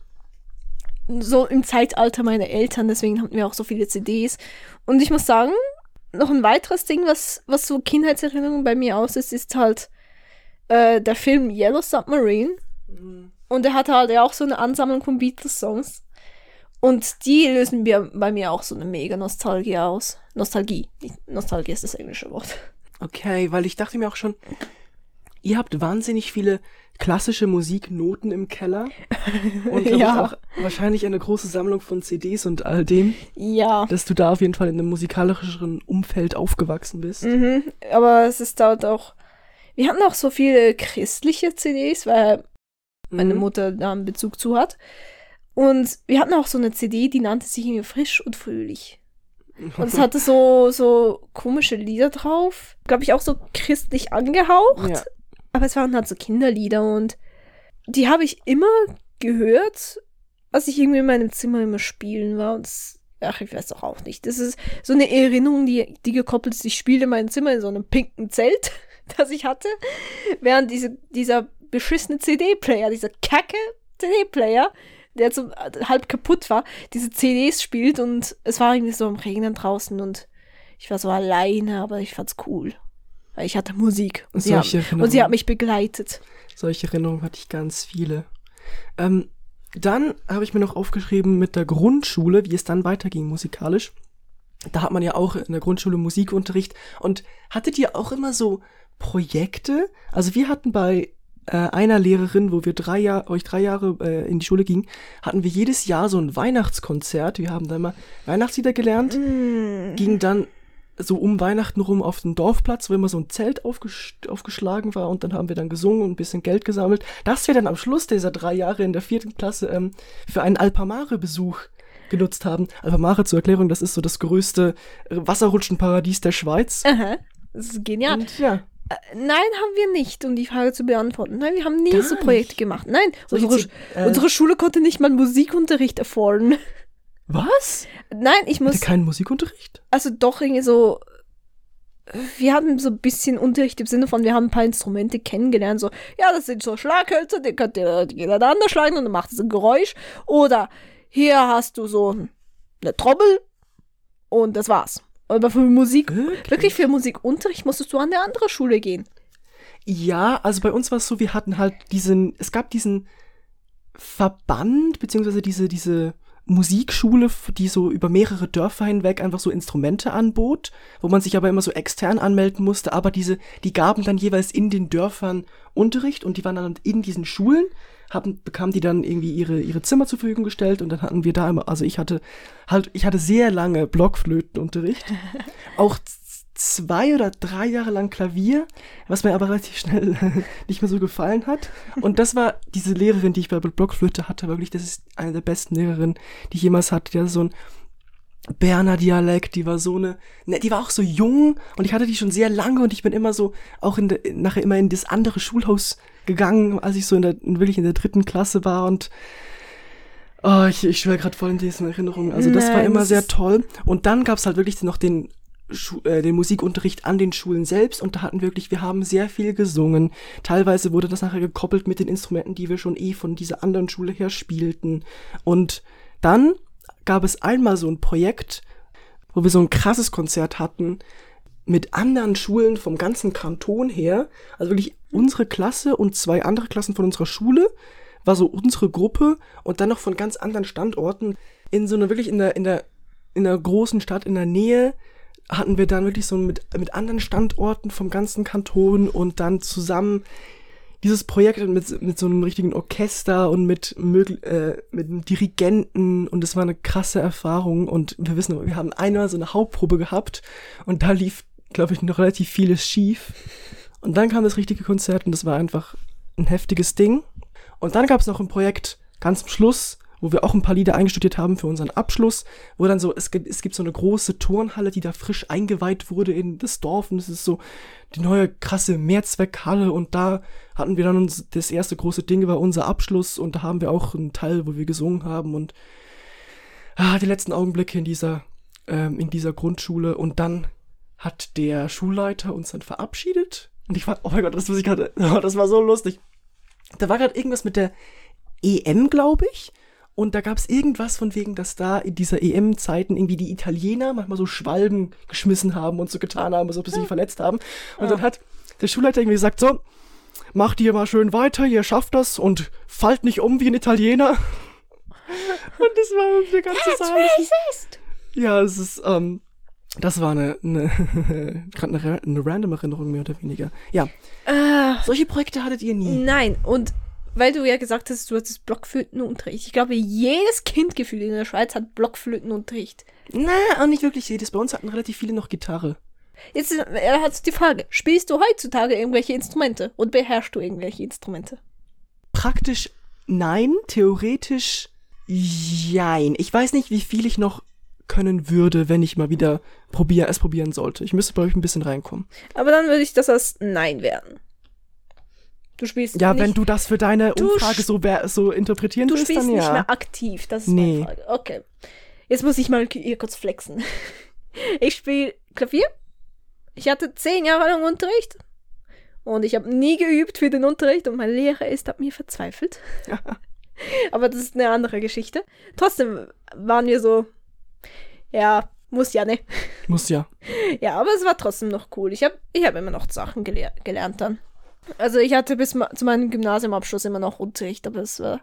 so im Zeitalter meiner Eltern, deswegen hatten wir auch so viele C Ds. Und ich muss sagen, noch ein weiteres Ding, was, was so Kindheitserinnerungen bei mir aus ist, ist halt äh, der Film Yellow Submarine. Mhm. Und der hatte halt auch so eine Ansammlung von Beatles-Songs. Und die lösen wir bei mir auch so eine mega Nostalgie aus. Nostalgie. Nostalgie ist das englische Wort. Okay, weil ich dachte mir auch schon, ihr habt wahnsinnig viele klassische Musiknoten im Keller und ja. auch wahrscheinlich eine große Sammlung von C Ds und all dem. Ja. Dass du da auf jeden Fall in einem musikalischeren Umfeld aufgewachsen bist. Mhm, aber es ist dort auch, wir hatten auch so viele christliche C Ds, weil meine Mutter da einen Bezug zu hat. Und wir hatten auch so eine C D, die nannte sich irgendwie Frisch und Fröhlich. Und es hatte so, so komische Lieder drauf. Glaube ich auch so christlich angehaucht. Ja. Aber es waren halt so Kinderlieder und die habe ich immer gehört, als ich irgendwie in meinem Zimmer immer spielen war. Und das, ach, ich weiß doch auch nicht. Das ist so eine Erinnerung, die, die gekoppelt ist. Ich spielte in meinem Zimmer in so einem pinken Zelt, das ich hatte. Während diese, dieser beschissene C D-Player, dieser kacke C D-Player, der jetzt so halb kaputt war, diese C Ds spielt und es war irgendwie so am Regnen draußen und ich war so alleine, aber ich fand's cool. Weil ich hatte Musik und, sie hat, und sie hat mich begleitet. Solche Erinnerungen hatte ich ganz viele. Ähm, dann habe ich mir noch aufgeschrieben mit der Grundschule, wie es dann weiterging musikalisch. Da hat man ja auch in der Grundschule Musikunterricht. Und hattet ihr auch immer so Projekte? Also wir hatten bei einer Lehrerin, wo wir drei Jahre, wo ich drei Jahre äh, in die Schule ging, hatten wir jedes Jahr so ein Weihnachtskonzert. Wir haben da immer Weihnachtslieder gelernt, mm. ging dann so um Weihnachten rum auf den Dorfplatz, wo immer so ein Zelt aufgesch- aufgeschlagen war und dann haben wir dann gesungen und ein bisschen Geld gesammelt, dass wir dann am Schluss dieser drei Jahre in der vierten Klasse ähm, für einen Alpamare-Besuch genutzt haben. Alpamare, zur Erklärung, das ist so das größte Wasserrutschenparadies der Schweiz. Aha, das ist genial. Und ja. Nein, haben wir nicht, um die Frage zu beantworten. Nein, wir haben nie Gar so Projekte nicht. gemacht. Nein, Solche unsere, Z- äh, unsere Schule konnte nicht mal Musikunterricht erfordern. Was? Nein, ich muss... Hatte keinen Musikunterricht? Also doch irgendwie so... Wir hatten so ein bisschen Unterricht im Sinne von, wir haben ein paar Instrumente kennengelernt. So, ja, das sind so Schlaghölzer, die könnt ihr gegeneinander schlagen und dann macht es ein Geräusch. Oder hier hast du so eine Trommel und das war's. Aber für Musik, wirklich? wirklich für Musikunterricht musstest du an eine andere Schule gehen. Ja, also bei uns war es so, wir hatten halt diesen, es gab diesen Verband, beziehungsweise diese, diese Musikschule, die so über mehrere Dörfer hinweg einfach so Instrumente anbot, wo man sich aber immer so extern anmelden musste, aber diese, die gaben dann jeweils in den Dörfern Unterricht und die waren dann in diesen Schulen, haben, bekamen die dann irgendwie ihre, ihre Zimmer zur Verfügung gestellt und dann hatten wir da immer, also ich hatte halt, ich hatte sehr lange Blockflötenunterricht, auch zwei oder drei Jahre lang Klavier, was mir aber relativ schnell nicht mehr so gefallen hat. Und das war diese Lehrerin, die ich bei Blockflöte hatte, wirklich, das ist eine der besten Lehrerinnen, die ich jemals hatte. Die hatte so ein Berner Dialekt, die war so eine, ne, die war auch so jung und ich hatte die schon sehr lange und ich bin immer so, auch in de, nachher immer in das andere Schulhaus gegangen, als ich so in der, wirklich in der dritten Klasse war und oh, ich, ich schwöre gerade voll in diesen Erinnerungen. Also das Nein, war immer das sehr ist toll. Und dann gab es halt wirklich noch den Schu- äh, den Musikunterricht an den Schulen selbst und da hatten wirklich, wir haben sehr viel gesungen. Teilweise wurde das nachher gekoppelt mit den Instrumenten, die wir schon eh von dieser anderen Schule her spielten. Und dann gab es einmal so ein Projekt, wo wir so ein krasses Konzert hatten mit anderen Schulen vom ganzen Kanton her. Also wirklich unsere Klasse und zwei andere Klassen von unserer Schule war so unsere Gruppe und dann noch von ganz anderen Standorten in so einer wirklich in der in der in der großen Stadt in der Nähe hatten wir dann wirklich so mit, mit anderen Standorten vom ganzen Kanton und dann zusammen dieses Projekt mit, mit so einem richtigen Orchester und mit, mögl- äh, mit einem Dirigenten und es war eine krasse Erfahrung und wir wissen, wir haben einmal so eine Hauptprobe gehabt und da lief, glaube ich, noch relativ vieles schief und dann kam das richtige Konzert und das war einfach ein heftiges Ding und dann gab es noch ein Projekt ganz am Schluss, wo wir auch ein paar Lieder eingestudiert haben für unseren Abschluss, wo dann so, es gibt, es gibt so eine große Turnhalle, die da frisch eingeweiht wurde in das Dorf und es ist so die neue krasse Mehrzweckhalle und da hatten wir dann uns, das erste große Ding war unser Abschluss und da haben wir auch einen Teil, wo wir gesungen haben und ah, die letzten Augenblicke in dieser, ähm, in dieser Grundschule und dann hat der Schulleiter uns dann verabschiedet und ich war, oh mein Gott, das muss ich gerade, oh, das war so lustig. Da war gerade irgendwas mit der E M, glaube ich. Und da gab es irgendwas von wegen, dass da in dieser E M-Zeiten irgendwie die Italiener manchmal so Schwalben geschmissen haben und so getan haben, als ob sie sich verletzt haben. Und ja. Dann hat der Schulleiter irgendwie gesagt, so, macht ihr mal schön weiter, ihr schafft das und fallt nicht um wie ein Italiener. Und das war der ganze Saal. Ja, es ist, ähm, das war eine, eine, gerade eine, eine random Erinnerung mehr oder weniger. Ja. Äh, Solche Projekte hattet ihr nie. Nein, und weil du ja gesagt hast, du hattest Blockflötenunterricht. Ich glaube, jedes Kind gefühlt in der Schweiz hat Blockflötenunterricht. Na, auch nicht wirklich jedes. Bei uns hatten relativ viele noch Gitarre. Jetzt er hat die Frage, spielst du heutzutage irgendwelche Instrumente und beherrschst du irgendwelche Instrumente? Praktisch nein, theoretisch Jein. Ich weiß nicht, wie viel ich noch können würde, wenn ich mal wieder probier, es probieren sollte. Ich müsste, glaube ich, ein bisschen reinkommen. Aber dann würde ich das als Nein werten. Du spielst Ja, nicht, wenn du das für deine Du Umfrage sch- so, wer- so interpretieren du willst, spielst dann nicht ja. mehr aktiv. Das ist Nee. meine Frage. Okay. Jetzt muss ich mal hier kurz flexen. Ich spiele Klavier. Ich hatte zehn Jahre lang Unterricht. Und ich habe nie geübt für den Unterricht. Und mein Lehrer ist an mir verzweifelt. Aber das ist eine andere Geschichte. Trotzdem waren wir so, ja, muss ja, ne? Muss ja. Ja, aber es war trotzdem noch cool. Ich habe ich hab immer noch Sachen gelehr- gelernt dann. Also ich hatte bis ma- zu meinem Gymnasiumabschluss immer noch Unterricht, aber es war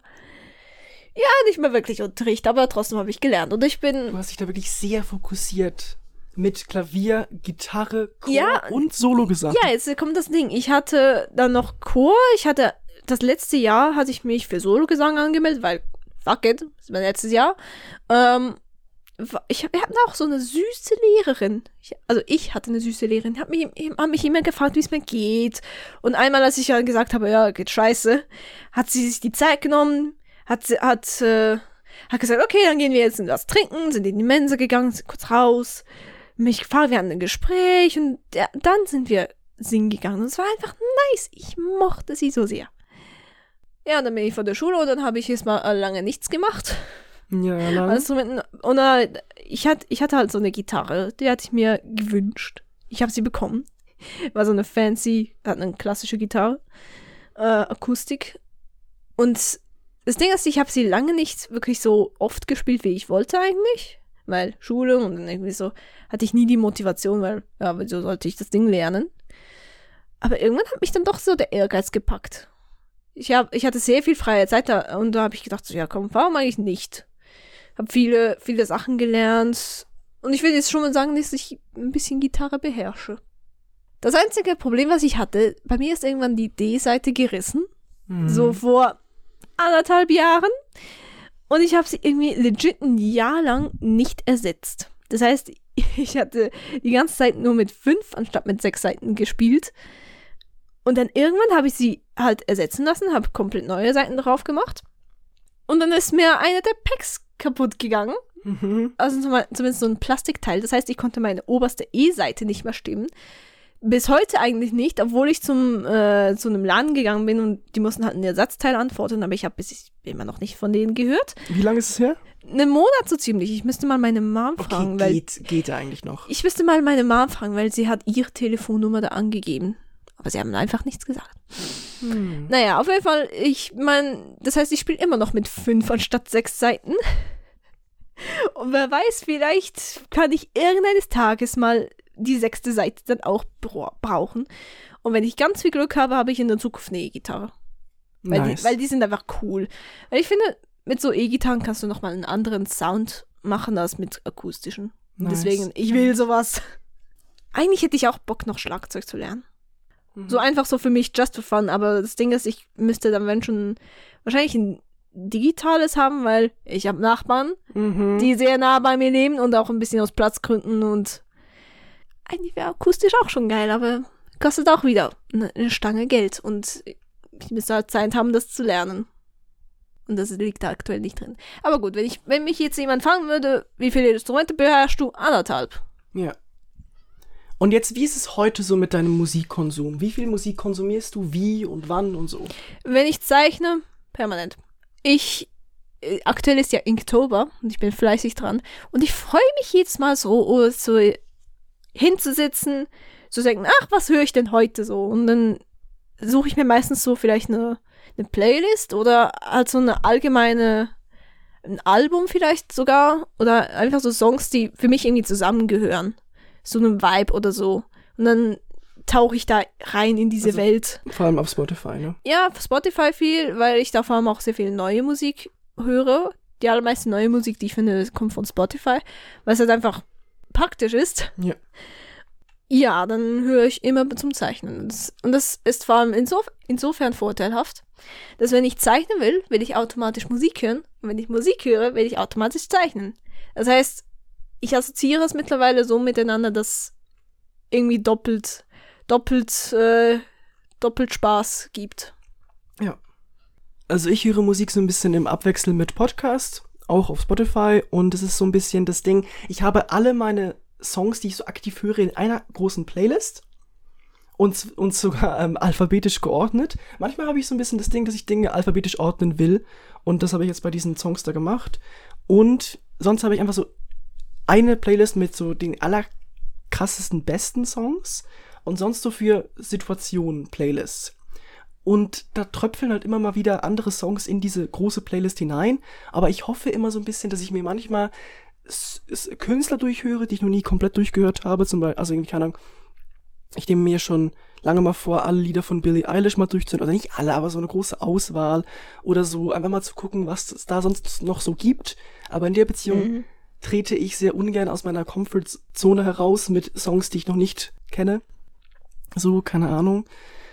ja nicht mehr wirklich Unterricht, aber trotzdem habe ich gelernt. Und ich Du bin, hast dich da wirklich sehr fokussiert mit Klavier, Gitarre, Chor Ja, und Sologesang. ja, jetzt kommt das Ding. Ich hatte dann noch Chor. Ich hatte, das letzte Jahr hatte ich mich für Sologesang angemeldet, weil, fuck it, das ist mein letztes Jahr. Ähm, ich hab- wir hatten auch so eine süße Lehrerin. Ich, also ich hatte eine süße Lehrerin. Die hat mich, hat mich immer gefragt, wie es mir geht. Und einmal, als ich ja gesagt habe, ja, geht scheiße, hat sie sich die Zeit genommen, hat, sie- hat, äh, hat gesagt, okay, dann gehen wir jetzt was trinken, sind in die Mensa gegangen, sind kurz raus, mich gefragt, wir hatten ein Gespräch und ja, dann sind wir singen gegangen. Und es war einfach nice. Ich mochte sie so sehr. Ja, und dann bin ich von der Schule und dann habe ich jetzt mal äh, lange nichts gemacht. Ja, lang. Instrumenten. Und äh, ich, hatte, ich hatte halt so eine Gitarre, die hatte ich mir gewünscht. Ich habe sie bekommen. War so eine fancy, hat eine klassische Gitarre, äh, Akustik. Und das Ding ist, ich habe sie lange nicht wirklich so oft gespielt, wie ich wollte eigentlich. Weil Schule und dann irgendwie so hatte ich nie die Motivation, weil, ja, wieso sollte ich das Ding lernen? Aber irgendwann hat mich dann doch so der Ehrgeiz gepackt. Ich, hab, ich hatte sehr viel freie Zeit da und da habe ich gedacht, so, ja komm, warum eigentlich nicht? Habe viele, viele Sachen gelernt und ich will jetzt schon mal sagen, dass ich ein bisschen Gitarre beherrsche. Das einzige Problem, was ich hatte, bei mir ist irgendwann die D-Seite gerissen, Mhm. so vor anderthalb Jahren und ich habe sie irgendwie legit ein Jahr lang nicht ersetzt. Das heißt, ich hatte die ganze Zeit nur mit fünf anstatt mit sechs Seiten gespielt. Und dann irgendwann habe ich sie halt ersetzen lassen, habe komplett neue Seiten drauf gemacht. Und dann ist mir einer der Packs kaputt gegangen. Mhm. Also zum- zumindest so ein Plastikteil. Das heißt, ich konnte meine oberste E-Seite nicht mehr stimmen. Bis heute eigentlich nicht, obwohl ich zum äh, zu einem Laden gegangen bin und die mussten halt ein Ersatzteil anfordern, aber ich habe bis ich immer noch nicht von denen gehört. Wie lange ist es her? Einen Monat so ziemlich. Ich müsste mal meine Mom Okay, fragen, weil geht, geht eigentlich noch. ich müsste mal meine Mom fragen, weil sie hat ihre Telefonnummer da angegeben. Aber sie haben einfach nichts gesagt. Hm. Naja, auf jeden Fall, ich mein, das heißt, ich spiele immer noch mit fünf anstatt sechs Seiten. Und wer weiß, vielleicht kann ich irgendeines Tages mal die sechste Seite dann auch bra- brauchen. Und wenn ich ganz viel Glück habe, habe ich in der Zukunft eine E-Gitarre. Weil, Nice. die, weil die sind einfach cool. Weil ich finde, mit so E-Gitarren kannst du nochmal einen anderen Sound machen als mit akustischen. Und Nice. deswegen, ich will sowas. Eigentlich hätte ich auch Bock, noch Schlagzeug zu lernen. Mhm. So einfach so für mich, just for fun. Aber das Ding ist, ich müsste dann, wenn schon, wahrscheinlich ein digitales haben, weil ich habe Nachbarn, Mhm. die sehr nah bei mir leben und auch ein bisschen aus Platzgründen und eigentlich wäre akustisch auch schon geil, aber kostet auch wieder eine, eine Stange Geld und ich müsste halt Zeit haben, das zu lernen. Und das liegt da aktuell nicht drin. Aber gut, wenn ich, wenn mich jetzt jemand fragen würde, wie viele Instrumente beherrschst du? Anderthalb. Ja. Und jetzt, wie ist es heute so mit deinem Musikkonsum? Wie viel Musik konsumierst du, wie und wann und so? Wenn ich zeichne, permanent. Ich, äh, aktuell ist ja Inktober und ich bin fleißig dran. Und ich freue mich jedes Mal so, oh, so hinzusitzen, zu denken, ach, was höre ich denn heute so? Und dann suche ich mir meistens so vielleicht eine, eine Playlist oder halt so eine allgemeine, ein Album vielleicht sogar oder einfach so Songs, die für mich irgendwie zusammengehören. So ein Vibe oder so. Und dann tauche ich da rein in diese Also- Welt. Vor allem auf Spotify, ne? Ja, auf Spotify viel, weil ich da vor allem auch sehr viel neue Musik höre. Die allermeiste neue Musik, die ich finde, kommt von Spotify, weil es halt einfach praktisch ist. Ja. Ja, dann höre ich immer zum Zeichnen. Und das, und das ist vor allem insof insofern vorteilhaft, dass wenn ich zeichnen will, will ich automatisch Musik hören. Und wenn ich Musik höre, will ich automatisch zeichnen. Das heißt, ich assoziiere es mittlerweile so miteinander, dass irgendwie doppelt, doppelt, äh, doppelt Spaß gibt. Ja. Also ich höre Musik so ein bisschen im Abwechsel mit Podcast auch auf Spotify und es ist so ein bisschen das Ding, ich habe alle meine Songs, die ich so aktiv höre, in einer großen Playlist und, und sogar ähm, alphabetisch geordnet. Manchmal habe ich so ein bisschen das Ding, dass ich Dinge alphabetisch ordnen will und das habe ich jetzt bei diesen Songs da gemacht und sonst habe ich einfach so eine Playlist mit so den allerkrassesten, besten Songs und sonst so für Situationen Playlists. Und da tröpfeln halt immer mal wieder andere Songs in diese große Playlist hinein. Aber ich hoffe immer so ein bisschen, dass ich mir manchmal s- s- Künstler durchhöre, die ich noch nie komplett durchgehört habe. Zum Beispiel, also irgendwie, keine Ahnung, ich nehme mir schon lange mal vor, alle Lieder von Billie Eilish mal durchzuhören. Also nicht alle, aber so eine große Auswahl. Oder so, einfach mal zu gucken, was es da sonst noch so gibt. Aber in der Beziehung mhm. trete ich sehr ungern aus meiner Comfortzone heraus mit Songs, die ich noch nicht kenne. So, keine Ahnung.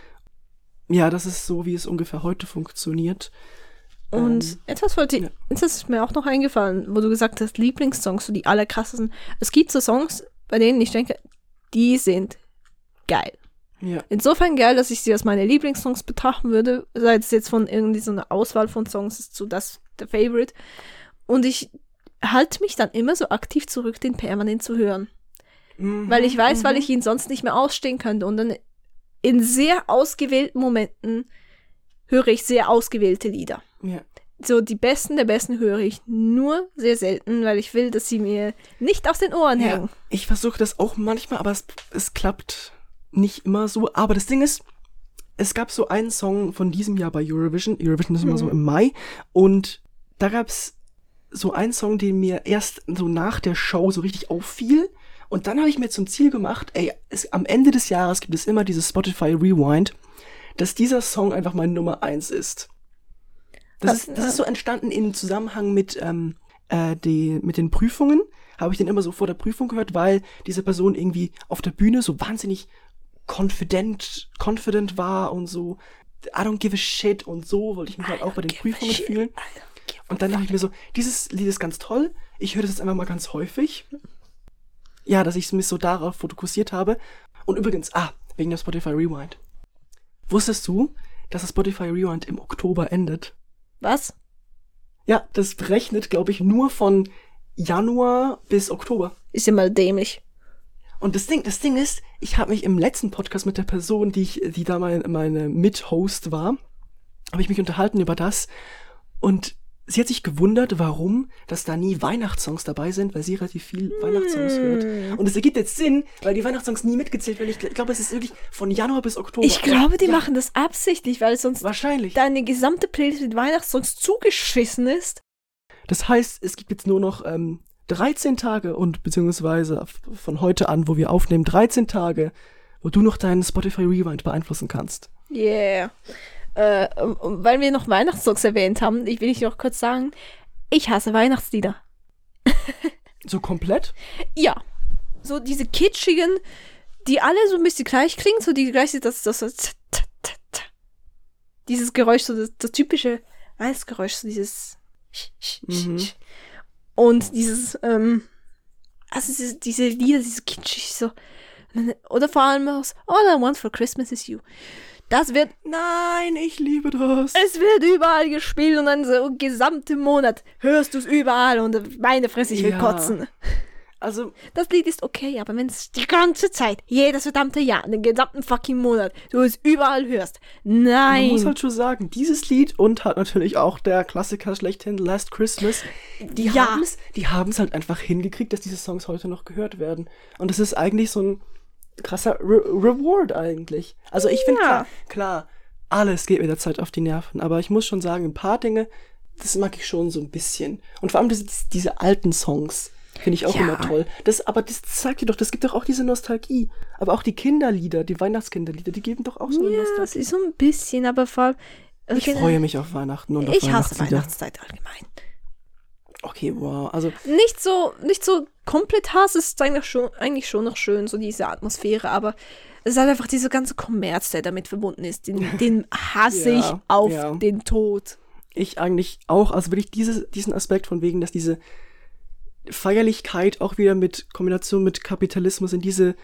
Ja, das ist so, wie es ungefähr heute funktioniert. Und ähm, etwas wollte ich, ja. jetzt ist mir auch noch eingefallen, wo du gesagt hast, Lieblingssongs, so die allerkrassesten. Es gibt so Songs, bei denen ich denke, die sind geil. Ja. Insofern geil, dass ich sie als meine Lieblingssongs betrachten würde, sei es jetzt von irgendwie so einer Auswahl von Songs ist zu das der Favorite. Und ich halte mich dann immer so aktiv zurück, den permanent zu hören. Mhm, weil ich weiß, mhm. weil ich ihn sonst nicht mehr ausstehen könnte. Und dann in sehr ausgewählten Momenten höre ich sehr ausgewählte Lieder. Ja. So die besten der besten höre ich nur sehr selten, weil ich will, dass sie mir nicht aus den Ohren ja. hängen. Ich versuche das auch manchmal, aber es, es klappt nicht immer so. Aber das Ding ist, es gab so einen Song von diesem Jahr bei Eurovision. Eurovision ist immer mhm. so im Mai. Und da gab es so einen Song, den mir erst so nach der Show so richtig auffiel. Und dann habe ich mir zum Ziel gemacht, ey, es, am Ende des Jahres gibt es immer dieses Spotify Rewind, dass dieser Song einfach mein Nummer eins ist. Das, ist, das ist so entstanden im Zusammenhang mit, ähm, äh, die, mit den Prüfungen. Habe ich den immer so vor der Prüfung gehört, weil diese Person irgendwie auf der Bühne so wahnsinnig confident, confident war und so, I don't give a shit und so wollte ich mich halt auch bei den Prüfungen fühlen. Und dann dachte ich mir so, dieses Lied ist ganz toll, ich höre das jetzt einfach mal ganz häufig. Ja, dass ich mich so darauf fokussiert habe. Und übrigens, ah, wegen der Spotify Rewind. Wusstest du, dass das Spotify Rewind im Oktober endet? Was? Ja, das berechnet, glaube ich, nur von Januar bis Oktober. Ist ja mal dämlich. Und das Ding, das Ding ist, ich habe mich im letzten Podcast mit der Person, die ich, die da mein, meine Mit-Host war, habe ich mich unterhalten über das. Und sie hat sich gewundert, warum, dass da nie Weihnachtssongs dabei sind, weil sie relativ viel mm. Weihnachtssongs hört. Und es ergibt jetzt Sinn, weil die Weihnachtssongs nie mitgezählt werden. Ich glaube, es ist wirklich von Januar bis Oktober. Ich glaube, die ja. machen das absichtlich, weil sonst wahrscheinlich deine gesamte Playlist mit Weihnachtssongs zugeschissen ist. Das heißt, es gibt jetzt nur noch ähm, dreizehn Tage und beziehungsweise von heute an, wo wir aufnehmen, dreizehn Tage, wo du noch deinen Spotify Rewind beeinflussen kannst. Yeah. Äh, weil wir noch Weihnachtssongs erwähnt haben, ich will ich noch kurz sagen, ich hasse Weihnachtslieder. So komplett? Ja. So diese kitschigen, die alle so ein bisschen gleich klingen, so die gleiche, das, das, das, das, das, das dieses Geräusch, so das, das typische Weihnachtsgeräusch, so dieses mhm. und dieses, ähm, also diese, diese Lieder, diese kitschig, so, oder vor allem aus All I Want for Christmas is You. Das wird, nein, ich liebe das. Es wird überall gespielt und dann so gesamte Monat hörst du es überall und meine Fresse, ich will ja. kotzen. Also, das Lied ist okay, aber wenn es die ganze Zeit, jedes verdammte Jahr, den gesamten fucking Monat, du es überall hörst, nein. Man muss halt schon sagen, dieses Lied und hat natürlich auch der Klassiker schlechthin, Last Christmas, die ja. haben es die haben's halt einfach hingekriegt, dass diese Songs heute noch gehört werden. Und das ist eigentlich so ein krasser Re- Reward eigentlich. Also ich finde, ja. klar, klar, alles geht mit der Zeit auf die Nerven, aber ich muss schon sagen, ein paar Dinge, das mag ich schon so ein bisschen. Und vor allem diese, diese alten Songs finde ich auch ja. immer toll. Das, aber das zeigt dir doch, das gibt doch auch diese Nostalgie. Aber auch die Kinderlieder, die Weihnachtskinderlieder, die geben doch auch so eine ja, Nostalgie. Das ist so ein bisschen, aber vor allem... Ich Kinder, freue mich auf Weihnachten und auf Ich hasse Weihnachtslieder. Weihnachtszeit allgemein. Okay, wow. Also nicht so, nicht so komplett Hass, es ist eigentlich schon, eigentlich schon noch schön, so diese Atmosphäre, aber es ist halt einfach dieser ganze Kommerz, der damit verbunden ist. Den, den hasse ja, ich auf ja. den Tod. Ich eigentlich auch, also wirklich diese, diesen Aspekt von wegen, dass diese Feierlichkeit auch wieder mit Kombination mit Kapitalismus in diese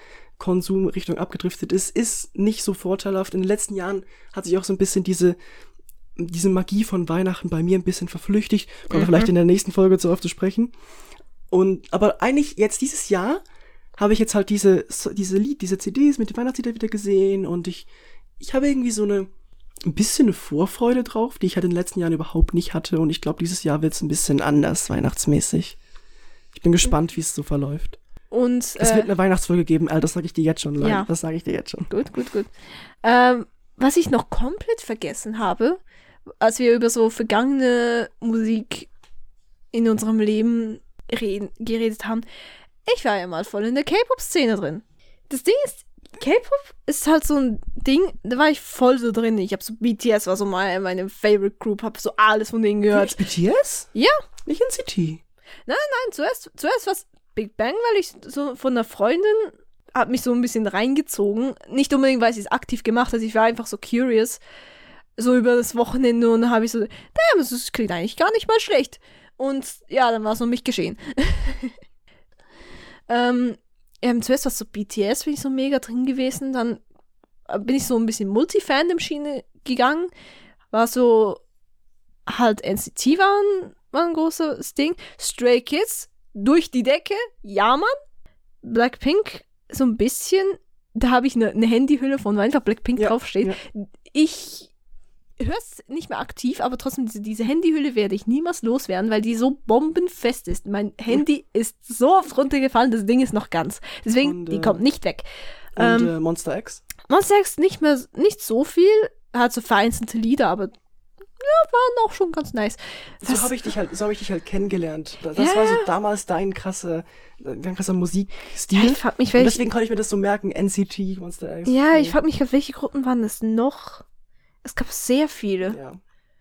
Konsumrichtung abgedriftet ist, ist nicht so vorteilhaft. In den letzten Jahren hat sich auch so ein bisschen diese diese Magie von Weihnachten bei mir ein bisschen verflüchtigt. Kommen wir mhm. vielleicht in der nächsten Folge darauf zu sprechen. Und, aber eigentlich jetzt dieses Jahr habe ich jetzt halt diese, diese Lied, diese C Ds mit den Weihnachtsliedern wieder gesehen und ich, ich habe irgendwie so eine, ein bisschen eine Vorfreude drauf, die ich halt in den letzten Jahren überhaupt nicht hatte und ich glaube, dieses Jahr wird es ein bisschen anders, weihnachtsmäßig. Ich bin gespannt, wie es so verläuft. Und, es wird äh, eine Weihnachtsfolge geben, Alter, das sage ich dir jetzt schon, ja. Das sage ich dir jetzt schon. Gut, gut, gut. Ähm, was ich noch komplett vergessen habe, als wir über so vergangene Musik in unserem Leben reden, geredet haben, ich war ja mal voll in der K-Pop-Szene drin. Das Ding ist, K-Pop ist halt so ein Ding, da war ich voll so drin. Ich hab so B T S war so meine, meine Favorite Group, hab so alles von denen gehört. B T S? Ja. Nicht N C T? Nein, nein, zuerst, zuerst war es Big Bang, weil ich so von einer Freundin hat mich so ein bisschen reingezogen. Nicht unbedingt, weil sie es aktiv gemacht hat, ich war einfach so curious. So über das Wochenende und dann habe ich so, damn, das klingt eigentlich gar nicht mal schlecht. Und ja, dann war es um mich geschehen. ähm, ähm, zuerst war es so B T S, bin ich so mega drin gewesen. Dann bin ich so ein bisschen Multi-Fandom-Schiene gegangen. War so, halt N C T war ein, war ein großes Ding. Stray Kids, durch die Decke, ja Mann. Blackpink, so ein bisschen. Da habe ich eine ne Handyhülle von, wo einfach Blackpink ja, draufsteht. Ja. Ich höre es nicht mehr aktiv, aber trotzdem, diese, diese Handyhülle werde ich niemals loswerden, weil die so bombenfest ist. Mein Handy ist so oft runtergefallen, das Ding ist noch ganz. Deswegen, und, äh, die kommt nicht weg. Und ähm, äh, Monster X? Monster X nicht mehr, nicht so viel, hat so vereinzelte Lieder, aber ja, waren auch schon ganz nice. So habe ich dich halt, so habe ich dich halt kennengelernt. Das ja. war so damals dein krasser, dein krasser Musikstil. Ja, ich frag mich, welche, und deswegen konnte ich mir das so merken, N C T, Monster X. Ja, ich frag mich, welche Gruppen waren das noch? Es gab sehr viele. Ja.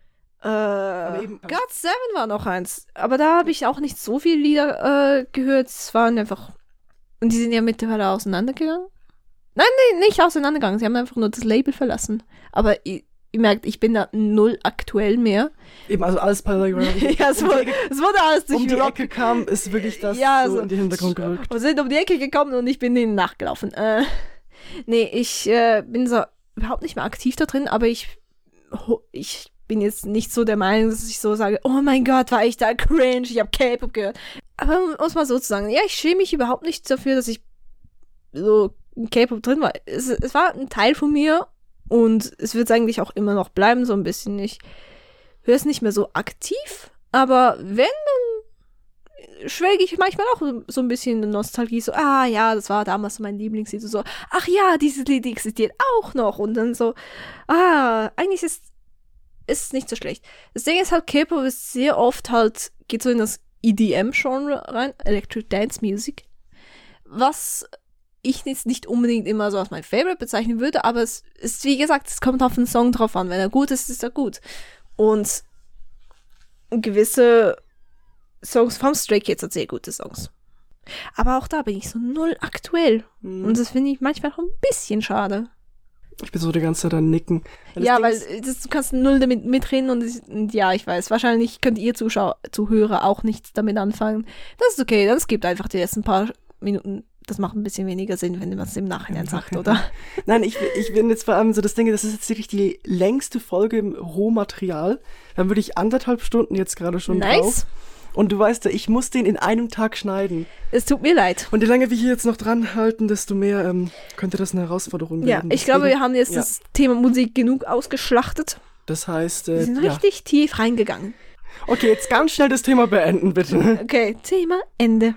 Äh, eben, God Seven war noch eins. Aber da habe ich auch nicht so viele Lieder äh, gehört. Es waren einfach. Und die sind ja mittlerweile auseinandergegangen. Nein, nee, nicht auseinandergegangen. Sie haben einfach nur das Label verlassen. Aber ihr, ihr merkt, ich bin da null aktuell mehr. Eben, also alles bei Ja, es, um wurde, Ecke, es wurde alles durch Um die Rock Ecke kam, ist wirklich das ja, so so in den Hintergrund gerückt. Wir sind um die Ecke gekommen und ich bin denen nachgelaufen. Äh, nee, ich äh, bin so überhaupt nicht mehr aktiv da drin, aber ich, ich bin jetzt nicht so der Meinung, dass ich so sage, oh mein Gott, war ich da cringe, ich habe K-Pop gehört. Aber um es mal so zu sagen, ja, ich schäme mich überhaupt nicht dafür, dass ich so in K-Pop drin war. Es, es war ein Teil von mir und es wird eigentlich auch immer noch bleiben, so ein bisschen. Ich höre es nicht mehr so aktiv, aber wenn, dann schwelge ich manchmal auch so ein bisschen in Nostalgie, so, ah ja, das war damals mein Lieblingslied, so, ach ja, dieses Lied existiert auch noch und dann so, ah, eigentlich ist ist nicht so schlecht. Das Ding ist halt, K-Pop ist sehr oft halt, geht so in das E D M-Genre rein, Electric Dance Music, was ich jetzt nicht unbedingt immer so als mein Favorite bezeichnen würde, aber es ist, wie gesagt, es kommt auf den Song drauf an. Wenn er gut ist, ist er gut. Und gewisse Songs vom Stray Kids hat sehr gute Songs. Aber auch da bin ich so null aktuell. Mhm. Und das finde ich manchmal auch ein bisschen schade. Ich bin so die ganze Zeit am Nicken. Weil ja, weil das, du kannst null damit mitreden und, das, und ja, ich weiß, wahrscheinlich könnt ihr Zuschauer, Zuhörer auch nichts damit anfangen. Das ist okay, dann skippt einfach die ersten paar Minuten. Das macht ein bisschen weniger Sinn, wenn man es im Nachhinein ja, sagt, oder? Nein, ich, ich bin jetzt vor allem so das Ding, das ist jetzt wirklich die längste Folge im Rohmaterial. Dann würde ich anderthalb Stunden jetzt gerade schon nice. drauf. Und du weißt ja, ich muss den in einem Tag schneiden. Es tut mir leid. Und je länger wir hier jetzt noch dran halten, desto mehr ähm, könnte das eine Herausforderung werden. Ja, ich Deswegen, glaube, wir haben jetzt ja. das Thema Musik genug ausgeschlachtet. Das heißt, äh, wir sind ja. richtig tief reingegangen. Okay, jetzt ganz schnell das Thema beenden, bitte. Okay, Thema Ende.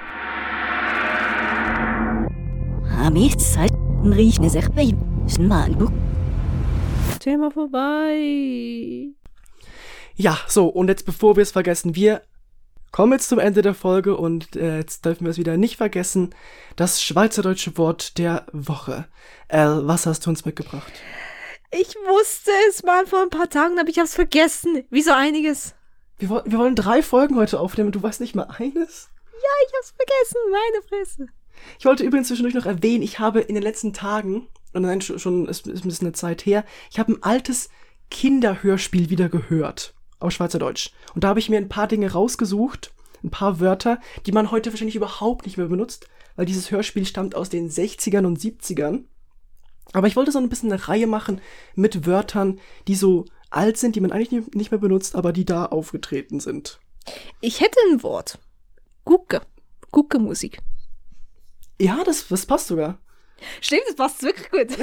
Thema vorbei. Ja, so, und jetzt bevor wir es vergessen, wir kommen jetzt zum Ende der Folge und äh, jetzt dürfen wir es wieder nicht vergessen, das schweizerdeutsche Wort der Woche. Elle, was hast du uns mitgebracht? Ich wusste es mal vor ein paar Tagen, aber ich hab's vergessen. Wie so einiges. Wir, wir wollen drei Folgen heute aufnehmen, du weißt nicht mal eines? Ja, ich hab's vergessen, meine Fresse. Ich wollte übrigens zwischendurch noch erwähnen, ich habe in den letzten Tagen, und nein, schon, schon ist, ist ein bisschen eine Zeit her, ich habe ein altes Kinderhörspiel wieder gehört. Auf Schweizerdeutsch. Und da habe ich mir ein paar Dinge rausgesucht, ein paar Wörter, die man heute wahrscheinlich überhaupt nicht mehr benutzt, weil dieses Hörspiel stammt aus den sechzigern und siebzigern. Aber ich wollte so ein bisschen eine Reihe machen mit Wörtern, die so alt sind, die man eigentlich nicht mehr benutzt, aber die da aufgetreten sind. Ich hätte ein Wort. Gucke. Gucke-Musik. Ja, das, das passt sogar. Stimmt, das passt wirklich gut.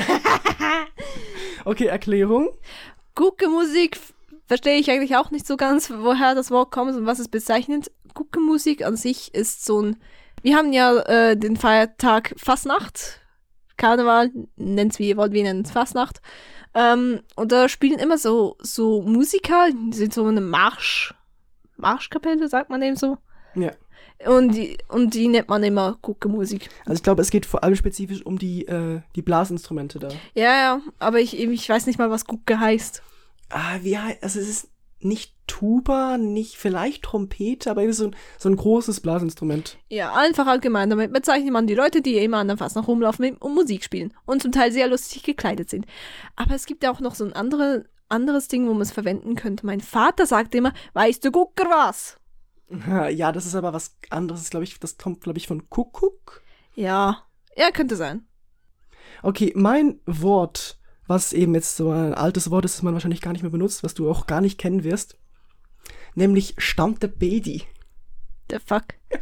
Okay, Erklärung. Gucke-Musik verstehe ich eigentlich auch nicht so ganz, woher das Wort kommt und was es bezeichnet. Gucke-Musik an sich ist so ein... Wir haben ja äh, den Feiertag Fastnacht. Karneval, nennt's wie ihr wollt, wir nennen es Fastnacht. Ähm, und da spielen immer so, so Musiker, die sind so eine Marsch... Marschkapelle, sagt man eben so. Ja. Und die, und die nennt man immer Gucke-Musik. Also ich glaube, es geht vor allem spezifisch um die, äh, die Blasinstrumente da. Ja, ja, aber ich, ich weiß nicht mal, was Gucke heißt. Ah, wie heißt, also es ist nicht Tuba, nicht vielleicht Trompete, aber so ein, so ein großes Blasinstrument. Ja, einfach allgemein. Damit bezeichnet man die Leute, die immer an der Fastnacht rumlaufen und Musik spielen. Und zum Teil sehr lustig gekleidet sind. Aber es gibt ja auch noch so ein andere, anderes Ding, wo man es verwenden könnte. Mein Vater sagt immer, weißt du, Gucker was? Ja, das ist aber was anderes, glaube ich. Das kommt, glaube ich, von Kuckuck. Ja, ja, könnte sein. Okay, mein Wort, was eben jetzt so ein altes Wort ist, das man wahrscheinlich gar nicht mehr benutzt, was du auch gar nicht kennen wirst, nämlich Stante Pedi. The fuck?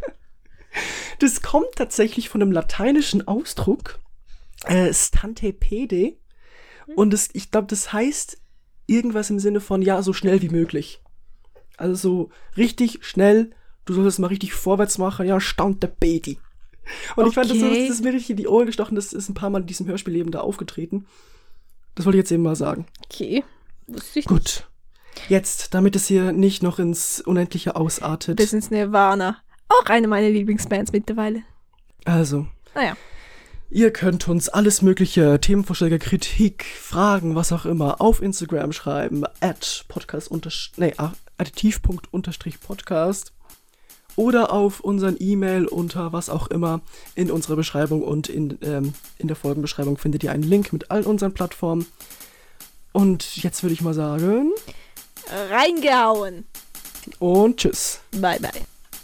Das kommt tatsächlich von einem lateinischen Ausdruck, äh, Stante Pede, und das, ich glaube, das heißt irgendwas im Sinne von, ja, so schnell wie möglich. Also so richtig schnell, du solltest mal richtig vorwärts machen, ja, Stante Pedi. Und okay. Ich fand, das, das, das ist mir richtig in die Ohren gestochen, das ist ein paar Mal in diesem Hörspiel eben da aufgetreten. Das wollte ich jetzt eben mal sagen. Okay, wusste ich Gut. nicht. Jetzt, damit es hier nicht noch ins Unendliche ausartet. Bis ins Nirvana. Auch eine meiner Lieblingsbands mittlerweile. Also. Naja. Ihr könnt uns alles mögliche, Themenvorschläge, Kritik, Fragen, was auch immer, auf Instagram schreiben, at podcast nee, additiv.podcast unterstrich oder auf unseren E-Mail unter was auch immer in unserer Beschreibung und in, ähm, in der Folgenbeschreibung findet ihr einen Link mit all unseren Plattformen. Und jetzt würde ich mal sagen... Reingehauen! Und tschüss. Bye, bye.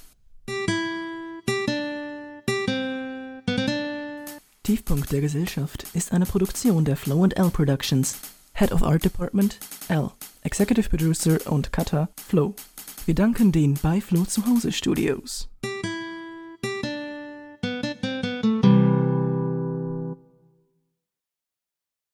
Tiefpunkt der Gesellschaft ist eine Produktion der Flow and L Productions. Head of Art Department, L. Executive Producer und Cutter, Flow. Wir danken den bei Flow zu Hause Studios.